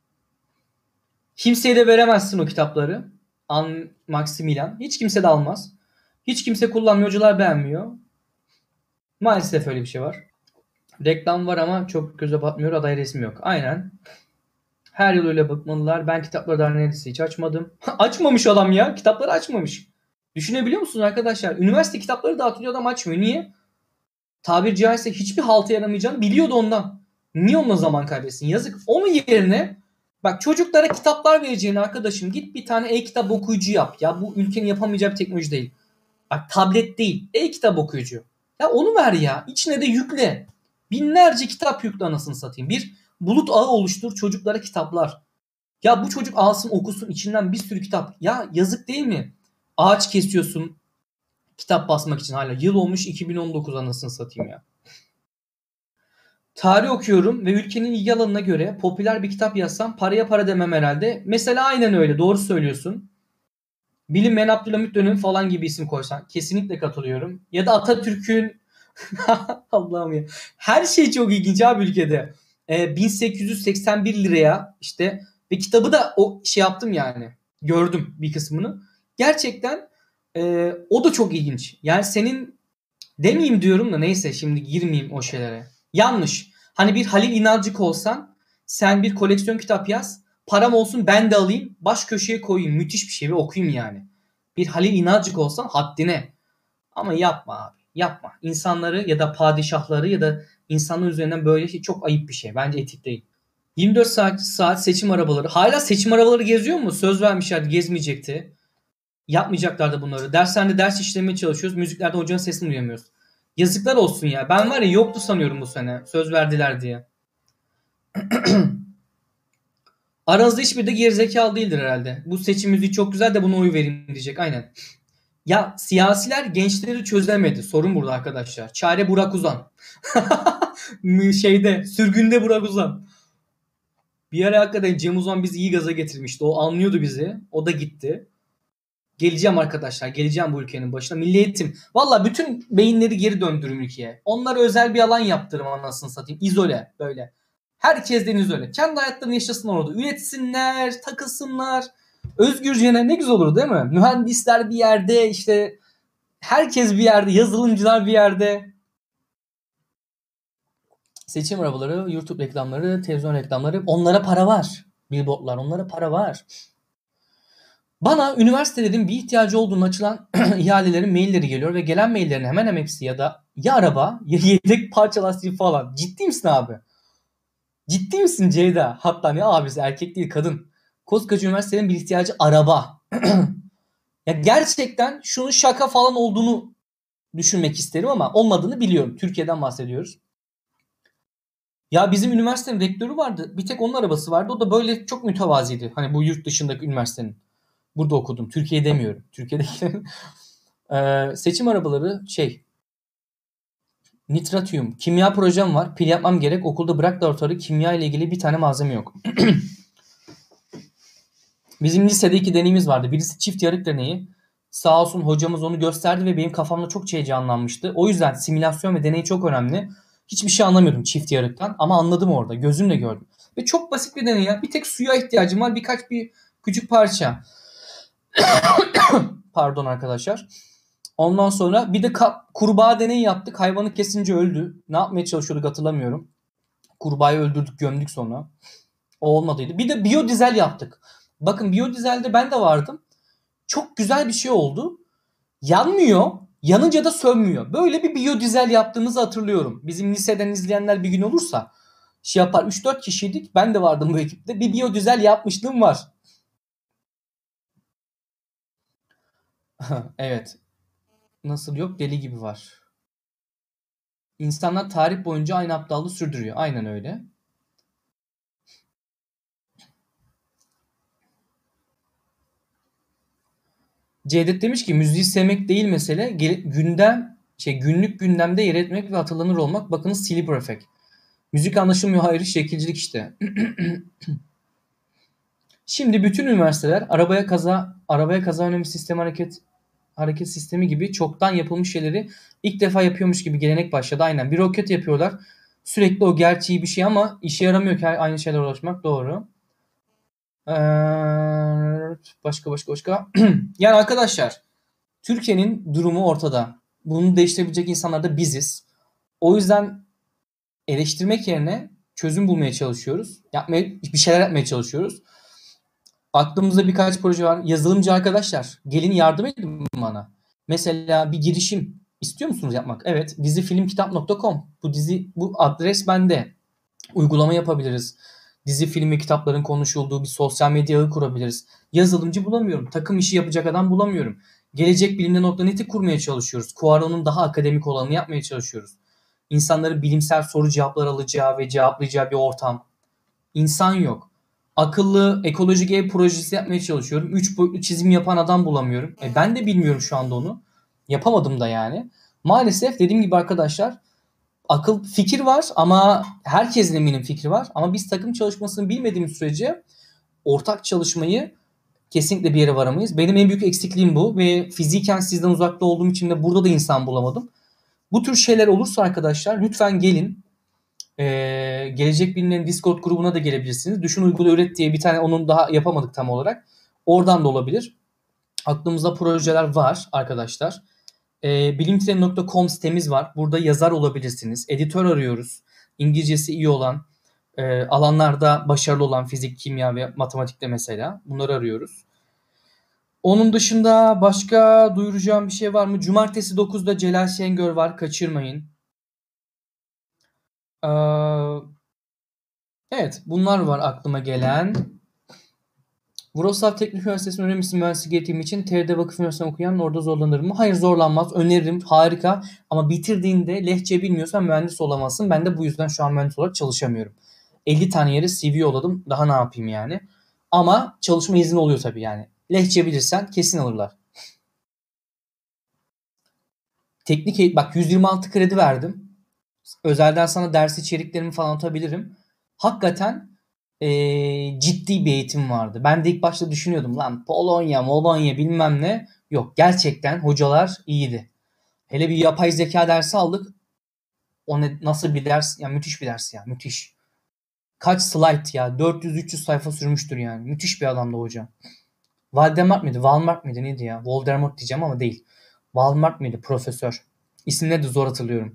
Kimseye de veremezsin o kitapları. Maximilian. Hiç kimse de almaz. Hiç kimse kullanmıyor. Hocalar beğenmiyor. Maalesef öyle bir şey var. Reklam var ama çok göze batmıyor. Aday resmi yok. Aynen. Her yıl öyle bakmalılar. Ben kitapları daha neredeyse hiç açmadım. Açmamış adam ya. Kitapları açmamış. Düşünebiliyor musunuz arkadaşlar? Üniversite kitapları dağıtılıyor adam açmıyor. Niye? Tabiri caizse hiçbir halta yaramayacağını biliyordu ondan. Niye onunla zaman kaybetsin? Yazık. Onun yerine bak çocuklara kitaplar vereceğini arkadaşım git bir tane e-kitap okuyucu yap. Ya bu ülkenin yapamayacağı bir teknoloji değil. Bak tablet değil. E-kitap okuyucu. Ya onu ver ya. İçine de yükle. Binlerce kitap yükle anasını satayım. Bir bulut ağı oluştur çocuklara kitaplar. Ya bu çocuk alsın okusun içinden bir sürü kitap. Ya yazık değil mi? Ağaç kesiyorsun kitap basmak için hala. Yıl olmuş 2019 anasını satayım ya. Tarih okuyorum ve ülkenin ilgi alanına göre popüler bir kitap yazsam paraya para demem herhalde. Mesela aynen öyle doğru söylüyorsun. Bilinmeyen Abdülhamit dönemi falan gibi isim koysan kesinlikle katılıyorum. Ya da Atatürk'ün Allah'ım ya. Her şey çok ilginç abi ülkede. 1881 liraya işte ve kitabı da o şey yaptım yani. Gördüm bir kısmını. Gerçekten o da çok ilginç. Yani senin demeyeyim diyorum da neyse şimdi girmeyeyim o şeylere. Yanlış. Hani bir Halil İnalcık olsan sen bir koleksiyon kitap yaz. Param olsun ben de alayım. Baş köşeye koyayım. Müthiş bir şey ve okuyayım yani. Bir Halil İnalcık olsan haddine. Ama yapma abi. Yapma. İnsanları ya da padişahları ya da insanlar üzerinden böyle şey çok ayıp bir şey. Bence etik değil. 24 saat seçim arabaları. Hala seçim arabaları geziyor mu? Söz vermişlerdi gezmeyecekti. Yapmayacaklardı bunları. Dershanede ders işlemeye çalışıyoruz. Müziklerde hocanın sesini duyamıyoruz. Yazıklar olsun ya. Ben var ya yoktu sanıyorum bu sene. Söz verdiler diye. Aranızda hiçbir de gerizekalı değildir herhalde. Bu seçim müziği çok güzel de buna oy verin diyecek. Aynen. Ya siyasiler gençleri çözemedi. Sorun burada arkadaşlar. Çare Burak Uzan. Sürgünde Burak Uzan. Bir ara hakikaten Cem Uzan bizi iyi gaza getirmişti. O anlıyordu bizi. O da gitti. Geleceğim arkadaşlar. Geleceğim bu ülkenin başına. Milli eğitim. Valla bütün beyinleri geri döndürün ülkeye. Onlara özel bir alan yaptırım anasını satayım. İzole böyle. Herkesten izole. Kendi hayatlarını yaşasınlar orada. Üretsinler, takılsınlar. Özgürce ne güzel olur değil mi? Mühendisler bir yerde, işte herkes bir yerde, yazılımcılar bir yerde. Seçim arabaları, YouTube reklamları, televizyon reklamları, onlara para var. Billboardlar, onlara para var. Bana üniversitelerin bir ihtiyacı olduğunu açılan ihalelerin mailleri geliyor ve gelen maillerin hemen hemen hepsi ya araba ya yedek parça lastiği falan. Ciddi misin abi? Ciddi misin Ceyda? Hatta ne abisi, erkek değil kadın. Koskoca üniversitenin bir ihtiyacı araba. Ya gerçekten şunun şaka falan olduğunu düşünmek isterim ama olmadığını biliyorum. Türkiye'den bahsediyoruz. Ya bizim üniversitenin rektörü vardı. Bir tek onun arabası vardı. O da böyle çok mütevaziydi. Hani bu yurt dışındaki üniversitenin. Burada okudum. Türkiye demiyorum. Türkiye'dekilerin seçim arabaları nitratyum. Kimya projem var. Pil yapmam gerek. Okulda bırak laboratuvarı, kimya ile ilgili bir tane malzeme yok. Bizim lisede 2 deneyimiz vardı. Birisi çift yarık deneyi. Sağ olsun hocamız onu gösterdi ve benim kafamda çok heyecanlanmıştı. O yüzden simülasyon ve deney çok önemli. Hiçbir şey anlamıyordum çift yarıktan ama anladım orada. Gözümle gördüm. Ve çok basit bir deney ya. Bir tek suya ihtiyacım var. Bir küçük parça. Pardon arkadaşlar. Ondan sonra bir de kurbağa deneyi yaptık. Hayvanı kesince öldü. Ne yapmaya çalışıyorduk hatırlamıyorum. Kurbağayı öldürdük, gömdük sonra. O olmadıydı. Bir de biyodizel yaptık. Bakın biyodizelde ben de vardım. Çok güzel bir şey oldu. Yanmıyor. Yanınca da sönmüyor. Böyle bir biyodizel yaptığımızı hatırlıyorum. Bizim liseden izleyenler bir gün olursa yapar. 3-4 kişiydik. Ben de vardım bu ekipte. Bir biyodizel yapmışlığım var. Evet. Nasıl yok? Deli gibi var. İnsanlar tarih boyunca aynı aptallığı sürdürüyor. Aynen öyle. Cevdet demiş ki müziği sevmek değil mesele. Günlük gündemde yer etmek ve hatırlanır olmak. Bakınız Sleeper Effect. Müzik anlaşılmıyor, hayır, şekilcilik işte. Şimdi bütün üniversiteler arabaya kaza önleme sistemi, hareket sistemi gibi çoktan yapılmış şeyleri ilk defa yapıyormuş gibi gelenek başladı. Aynen. Bir roket yapıyorlar. Sürekli o gerçeği bir şey ama işe yaramıyor ki aynı şeylere ulaşmak. Doğru. Başka. Yani arkadaşlar, Türkiye'nin durumu ortada. Bunu değiştirebilecek insanlar da biziz. O yüzden eleştirmek yerine çözüm bulmaya çalışıyoruz. Bir şeyler yapmaya çalışıyoruz. Aklımızda birkaç proje var. Yazılımcı arkadaşlar, gelin yardım edin bana. Mesela bir girişim istiyor musunuz yapmak? Evet, dizifilmkitap.com. Bu adres bende. Uygulama yapabiliriz. Dizi, film ve kitapların konuşulduğu bir sosyal medya ağı kurabiliriz. Yazılımcı bulamıyorum. Takım işi yapacak adam bulamıyorum. Gelecek bilimde.net'i kurmaya çalışıyoruz. Kuaro'nun daha akademik olanını yapmaya çalışıyoruz. İnsanların bilimsel soru cevaplar alacağı ve cevaplayacağı bir ortam. İnsan yok. Akıllı ekolojik ev projesi yapmaya çalışıyorum. 3 boyutlu çizim yapan adam bulamıyorum. Ben de bilmiyorum şu anda onu. Yapamadım da yani. Maalesef dediğim gibi arkadaşlar, fikir var ama herkesin eminim fikri var. Ama biz takım çalışmasını bilmediğimiz sürece ortak çalışmayı kesinlikle bir yere varamayız. Benim en büyük eksikliğim bu ve fiziken sizden uzakta olduğum için de burada da insan bulamadım. Bu tür şeyler olursa arkadaşlar lütfen gelin. Gelecek Bilimlerin Discord grubuna da gelebilirsiniz. Düşün Uygula Öğret diye bir tane, onun daha yapamadık tam olarak. Oradan da olabilir. Aklımızda projeler var arkadaşlar. Bilimtreni.com sitemiz var. Burada yazar olabilirsiniz. Editör arıyoruz. İngilizcesi iyi olan, alanlarda başarılı olan fizik, kimya ve matematikte mesela. Bunları arıyoruz. Onun dışında başka duyuracağım bir şey var mı? Cumartesi 9'da Celal Şengör var. Kaçırmayın. Evet, bunlar var aklıma gelen. Wrocław Teknik Üniversitesi'nin önemlisi mühendislik eğitimi için TRT Vakıf Üniversitesi'nde okuyan orada zorlanır mı? Hayır, zorlanmaz. Öneririm. Harika. Ama bitirdiğinde lehçe bilmiyorsan mühendis olamazsın. Ben de bu yüzden şu an mühendis olarak çalışamıyorum. 50 tane yere CV yolladım. Daha ne yapayım yani? Ama çalışma izni oluyor tabii yani. Lehçe bilirsen kesin alırlar. Bak 126 kredi verdim. Özelden sana ders içeriklerimi falan atabilirim. Hakikaten ciddi bir eğitim vardı. Ben de ilk başta düşünüyordum lan Polonya bilmem ne. Yok, gerçekten hocalar iyiydi. Hele bir yapay zeka dersi aldık. Nasıl bir ders? Ya müthiş bir ders ya, müthiş. Kaç slide ya? 400-300 sayfa sürmüştür yani. Müthiş bir adamdı hoca. Valdemar mıydı? Valmart mıydı? Neydi ya? Voldemort diyeceğim ama değil. Valmart mıydı? Profesör. İsimleri de zor hatırlıyorum.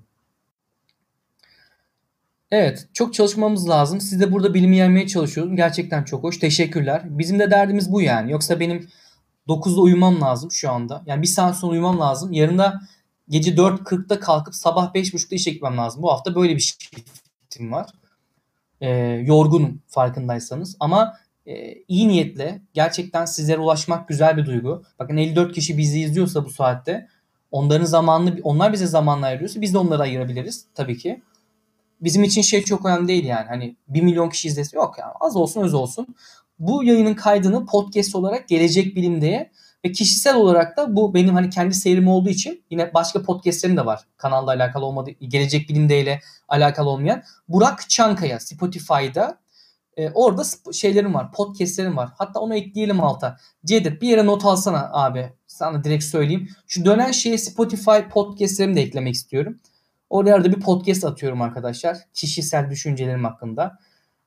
Evet, çok çalışmamız lazım. Siz de burada bilimi yaymaya çalışıyorsunuz. Gerçekten çok hoş. Teşekkürler. Bizim de derdimiz bu yani. Yoksa benim 9'da uyumam lazım şu anda. Yani bir saat sonra uyumam lazım. Yarın da gece 4.40'da kalkıp sabah 5.30'da işe gitmem lazım. Bu hafta böyle bir shiftim var. Yorgunum farkındaysanız. Ama iyi niyetle gerçekten sizlere ulaşmak güzel bir duygu. Bakın 54 kişi bizi izliyorsa bu saatte onların zamanını, onlar bize zamanla ayırıyorsa biz de onları ayırabiliriz tabii ki. Bizim için şey çok önemli değil yani. Hani 1 milyon kişi izlese yok yani. Az olsun öz olsun. Bu yayının kaydını podcast olarak Gelecek Bilim'de ve kişisel olarak da bu benim hani kendi seyrim olduğu için yine başka podcastlerim de var. Kanalla alakalı olmadığı, Gelecek Bilim'de ile alakalı olmayan. Burak Çankaya Spotify'da orada şeylerim var. Podcastlerim var. Hatta onu ekleyelim alta. Cevdet bir yere not alsana abi. Sana direkt söyleyeyim. Şu dönen şeye Spotify podcastlerimi de eklemek istiyorum. Orada bir podcast atıyorum arkadaşlar. Kişisel düşüncelerim hakkında.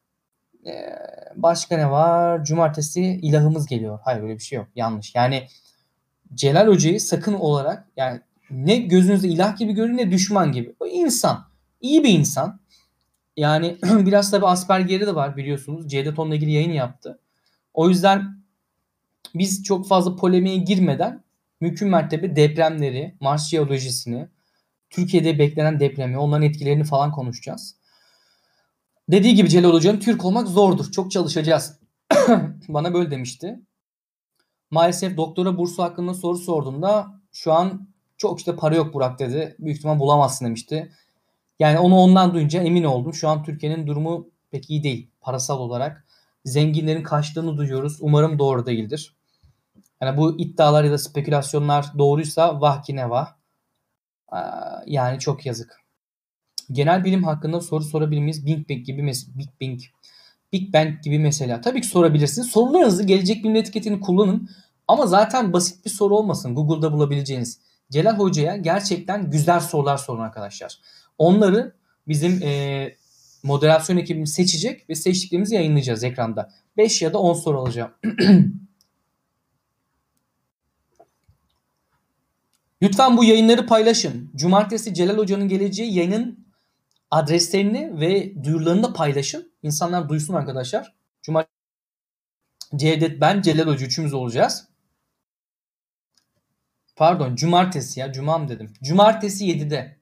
Başka ne var? Cumartesi ilahımız geliyor. Hayır, öyle bir şey yok. Yanlış. Yani Celal Hoca'yı sakın olarak yani ne gözünüzde ilah gibi görün ne düşman gibi. O insan. İyi bir insan. Yani biraz tabii Asperger'i de var biliyorsunuz. Cevdet onunla ilgili yayın yaptı. O yüzden biz çok fazla polemiğe girmeden mümkün mertebe depremleri, Mars jeolojisini, Türkiye'de beklenen depremi, onların etkilerini falan konuşacağız. Dediği gibi Celal Hoca'nın Türk olmak zordur. Çok çalışacağız. Bana böyle demişti. Maalesef doktora bursu hakkında soru sorduğumda şu an çok işte para yok Burak dedi. Büyük ihtimal bulamazsın demişti. Yani onu ondan duyunca emin oldum. Şu an Türkiye'nin durumu pek iyi değil parasal olarak. Zenginlerin kaçtığını duyuyoruz. Umarım doğru değildir. Yani bu iddialar ya da spekülasyonlar doğruysa vah ki ne vah. Yani çok yazık. Genel bilim hakkında soru sorabilir miyiz? Big Bang gibi mesela. Tabii ki sorabilirsiniz. Sorularınızı Gelecek Bilim etiketini kullanın. Ama zaten basit bir soru olmasın. Google'da bulabileceğiniz. Celal Hoca'ya gerçekten güzel sorular sorun arkadaşlar. Onları bizim moderasyon ekibimiz seçecek ve seçtiklerimizi yayınlayacağız ekranda. 5 ya da 10 soru alacağım. Lütfen bu yayınları paylaşın. Cumartesi Celal Hoca'nın geleceği yayının adreslerini ve duyurularını da paylaşın. İnsanlar duysun arkadaşlar. Cevdet, ben, Celal Hoca üçümüz olacağız. Pardon, cumartesi ya. Cuma mı dedim? Cumartesi 7'de.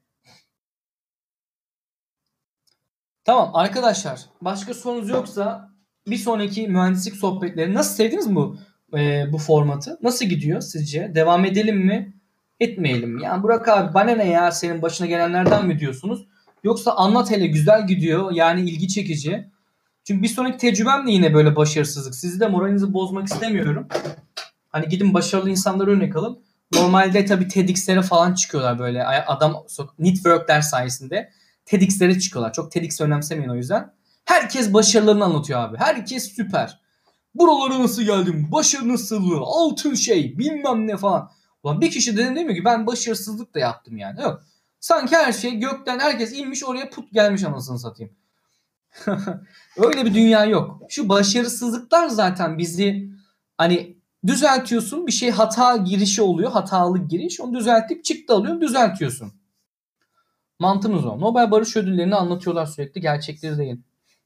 Tamam arkadaşlar. Başka sorunuz yoksa bir sonraki mühendislik sohbetleri nasıl, sevdiniz mi bu formatı? Nasıl gidiyor sizce? Devam edelim mi? Etmeyelim mi? Yani Burak abi bana ne ya senin başına gelenlerden mi diyorsunuz? Yoksa anlat hele, güzel gidiyor. Yani ilgi çekici. Çünkü bir sonraki tecrübem de yine böyle başarısızlık. Sizi de moralinizi bozmak istemiyorum. Hani gidin başarılı insanları örnek alın. Normalde tabii TEDx'lere falan çıkıyorlar böyle. Adam networkler sayesinde TEDx'lere çıkıyorlar. Çok TEDx önemsemeyin o yüzden. Herkes başarılarını anlatıyor abi. Herkes süper. Buralara nasıl geldim? Başarı sırrı, altın şey, bilmem ne falan. Ulan bir kişi de demiyor ki ben başarısızlık da yaptım yani. Yok. Sanki her şey gökten, herkes inmiş oraya put gelmiş anasını satayım. Öyle bir dünya yok. Şu başarısızlıklar zaten bizi hani düzeltiyorsun, bir şey hata girişi oluyor, hatalı giriş, onu düzeltip çıktı alıyorsun, düzeltiyorsun. Mantığımız o. Nobel Barış Ödülleri'ni anlatıyorlar sürekli, gerçekleri değil.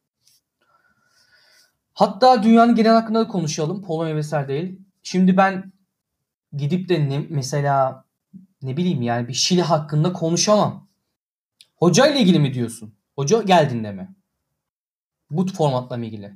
Hatta dünyanın genel hakkında da konuşalım. Polonya vesaire değil. Şimdi ben gidip de mesela ne bileyim yani bir Şili hakkında konuşamam. Hoca ile ilgili mi diyorsun? Hoca geldiğinde mi? Bu formatla mı ilgili?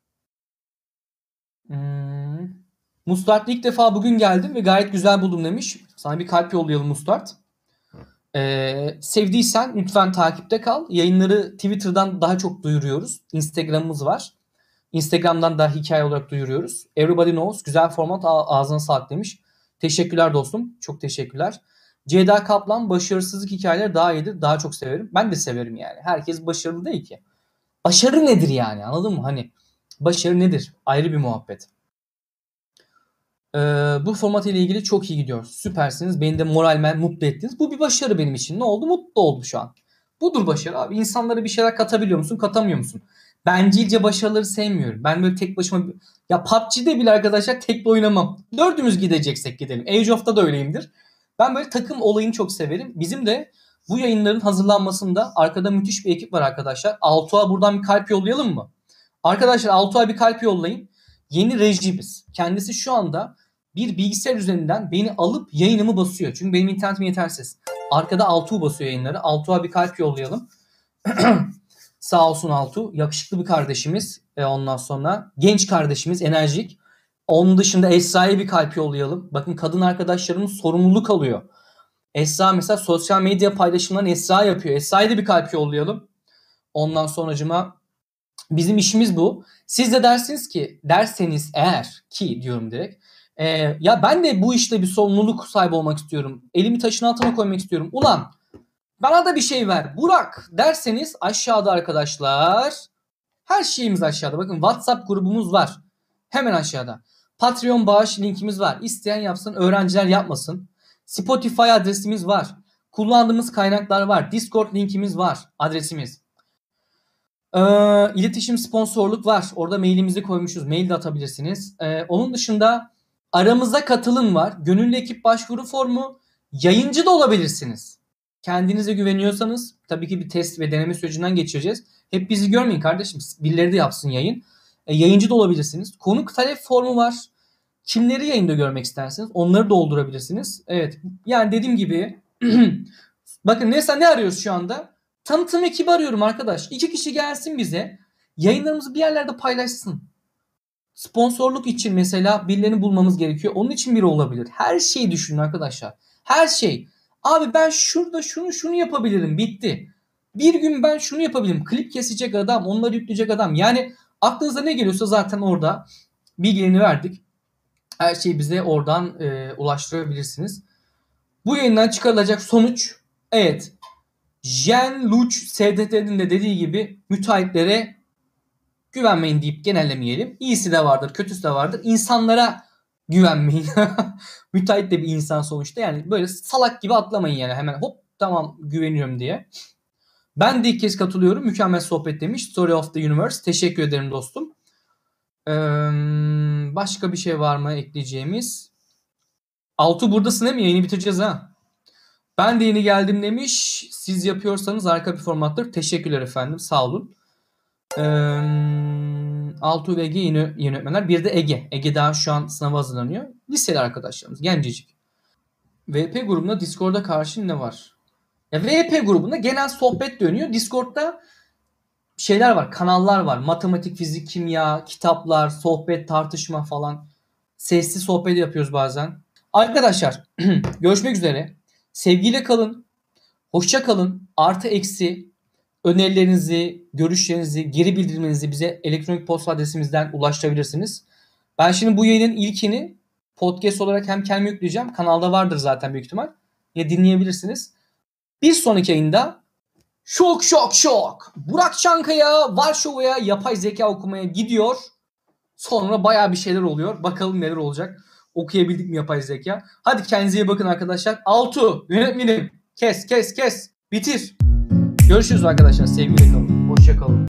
Hmm. Mustart ilk defa bugün geldim ve gayet güzel buldum demiş. Sana bir kalp yollayalım Mustart. Sevdiysen lütfen takipte kal. Yayınları Twitter'dan daha çok duyuruyoruz. Instagram'ımız var. Instagram'dan da hikaye olarak duyuruyoruz. Everybody knows. Güzel format, ağzına sağlık demiş. Teşekkürler dostum. Çok teşekkürler. Ceyda Kaplan, başarısızlık hikayeleri daha iyidir. Daha çok severim. Ben de severim yani. Herkes başarılı değil ki. Başarı nedir yani, anladın mı? Hani başarı nedir? Ayrı bir muhabbet. Bu format ile ilgili çok iyi gidiyor. Süpersiniz. Beni de moralmen mutlu ettiniz. Bu bir başarı benim için. Ne oldu? Mutlu oldum şu an. Budur başarı abi. İnsanlara bir şeyler katabiliyor musun? Katamıyor musun? Bencilce başarıları sevmiyorum. Ben böyle tek başıma... Ya PUBG'de bile arkadaşlar tekli oynamam. Dördümüz gideceksek gidelim. Age of'ta da öyleyimdir. Ben böyle takım olayını çok severim. Bizim de bu yayınların hazırlanmasında arkada müthiş bir ekip var arkadaşlar. Altuğ'a buradan bir kalp yollayalım mı? Arkadaşlar Altuğ'a bir kalp yollayın. Yeni rejimiz. Kendisi şu anda bir bilgisayar üzerinden beni alıp yayınımı basıyor. Çünkü benim internetim yetersiz. Arkada Altuğ basıyor yayınları. Altuğ'a bir kalp yollayalım. Sağ olsun Altuğ. Yakışıklı bir kardeşimiz. Ondan sonra genç kardeşimiz. Enerjik. Onun dışında Esra'ya bir kalp yollayalım. Bakın kadın arkadaşlarımız sorumluluk alıyor. Esra mesela sosyal medya paylaşımlarını Esra yapıyor. Esra'ya da bir kalp yollayalım. Ondan sonracıma bizim işimiz bu. Siz de derseniz eğer ki diyorum direkt. Ya ben de bu işte bir sorumluluk sahibi olmak istiyorum. Elimi taşın altına koymak istiyorum. Ulan bana da bir şey ver Burak derseniz aşağıda arkadaşlar. Her şeyimiz aşağıda. Bakın WhatsApp grubumuz var. Hemen aşağıda. Patreon bağış linkimiz var. İsteyen yapsın, öğrenciler yapmasın. Spotify adresimiz var. Kullandığımız kaynaklar var. Discord linkimiz var. Adresimiz. İletişim sponsorluk var. Orada mailimizi koymuşuz. Mail de atabilirsiniz. Onun dışında aramıza katılın var. Gönüllü ekip başvuru formu. Yayıncı da olabilirsiniz. Kendinize güveniyorsanız tabii ki bir test ve deneme sürecinden geçireceğiz. Hep bizi görmeyin kardeşim. Birileri de yapsın yayın. Yayıncı da olabilirsiniz. Konuk talep formu var. Kimleri yayında görmek isterseniz onları doldurabilirsiniz. Evet. Yani dediğim gibi bakın ne arıyoruz şu anda? Tanıtım ekibi arıyorum arkadaş. 2 kişi gelsin bize. Yayınlarımızı bir yerlerde paylaşsın. Sponsorluk için mesela birilerini bulmamız gerekiyor. Onun için biri olabilir. Her şeyi düşünün arkadaşlar. Her şey. Abi ben şurada şunu yapabilirim. Bitti. Bir gün ben şunu yapabilirim. Klip kesecek adam, onları yükleyecek adam. Yani aklınıza ne geliyorsa zaten orada bilgilerini verdik. Her şeyi bize oradan ulaştırabilirsiniz. Bu yayından çıkarılacak sonuç, evet, Jean-Luc SDT'nin de dediği gibi müteahhitlere güvenmeyin deyip genellemeyelim. İyisi de vardır, kötüsü de vardır. İnsanlara güvenmeyin. Müteahhit de bir insan sonuçta. Yani böyle salak gibi atlamayın yani hemen hop tamam güveniyorum diye. Ben de ilk kez katılıyorum. Mükemmel sohbet demiş. Story of the Universe. Teşekkür ederim dostum. Başka bir şey var mı ekleyeceğimiz? Altu buradasın değil mi? Yayını bitireceğiz ha. Ben de yeni geldim demiş. Siz yapıyorsanız harika bir formattır. Teşekkürler efendim. Sağ olun. Altu ve Ege yeni yönetmenler. Bir de Ege. Ege daha şu an sınava hazırlanıyor. Liseli arkadaşlarımız. Gencecik. VP grubunda Discord'a karşı ne var? Ya VP grubunda genel sohbet dönüyor. Discord'da şeyler var. Kanallar var. Matematik, fizik, kimya, kitaplar, sohbet, tartışma falan. Sesli sohbet yapıyoruz bazen. Arkadaşlar görüşmek üzere. Sevgiyle kalın. Hoşça kalın. Artı eksi önerilerinizi, görüşlerinizi, geri bildirimlerinizi bize elektronik posta adresimizden ulaştırabilirsiniz. Ben şimdi bu yayının ilkini podcast olarak hem kendim yükleyeceğim. Kanalda vardır zaten büyük ihtimal. Ya dinleyebilirsiniz. Bir sonraki yayında şok. Burak Çankaya Varşova'ya yapay zeka okumaya gidiyor. Sonra bayağı bir şeyler oluyor. Bakalım neler olacak. Okuyabildik mi yapay zeka? Hadi kendinize iyi bakın arkadaşlar. Altu yönetmenim. Kes. Bitir. Görüşürüz arkadaşlar. Sevgiyle kalın. Hoşça kalın.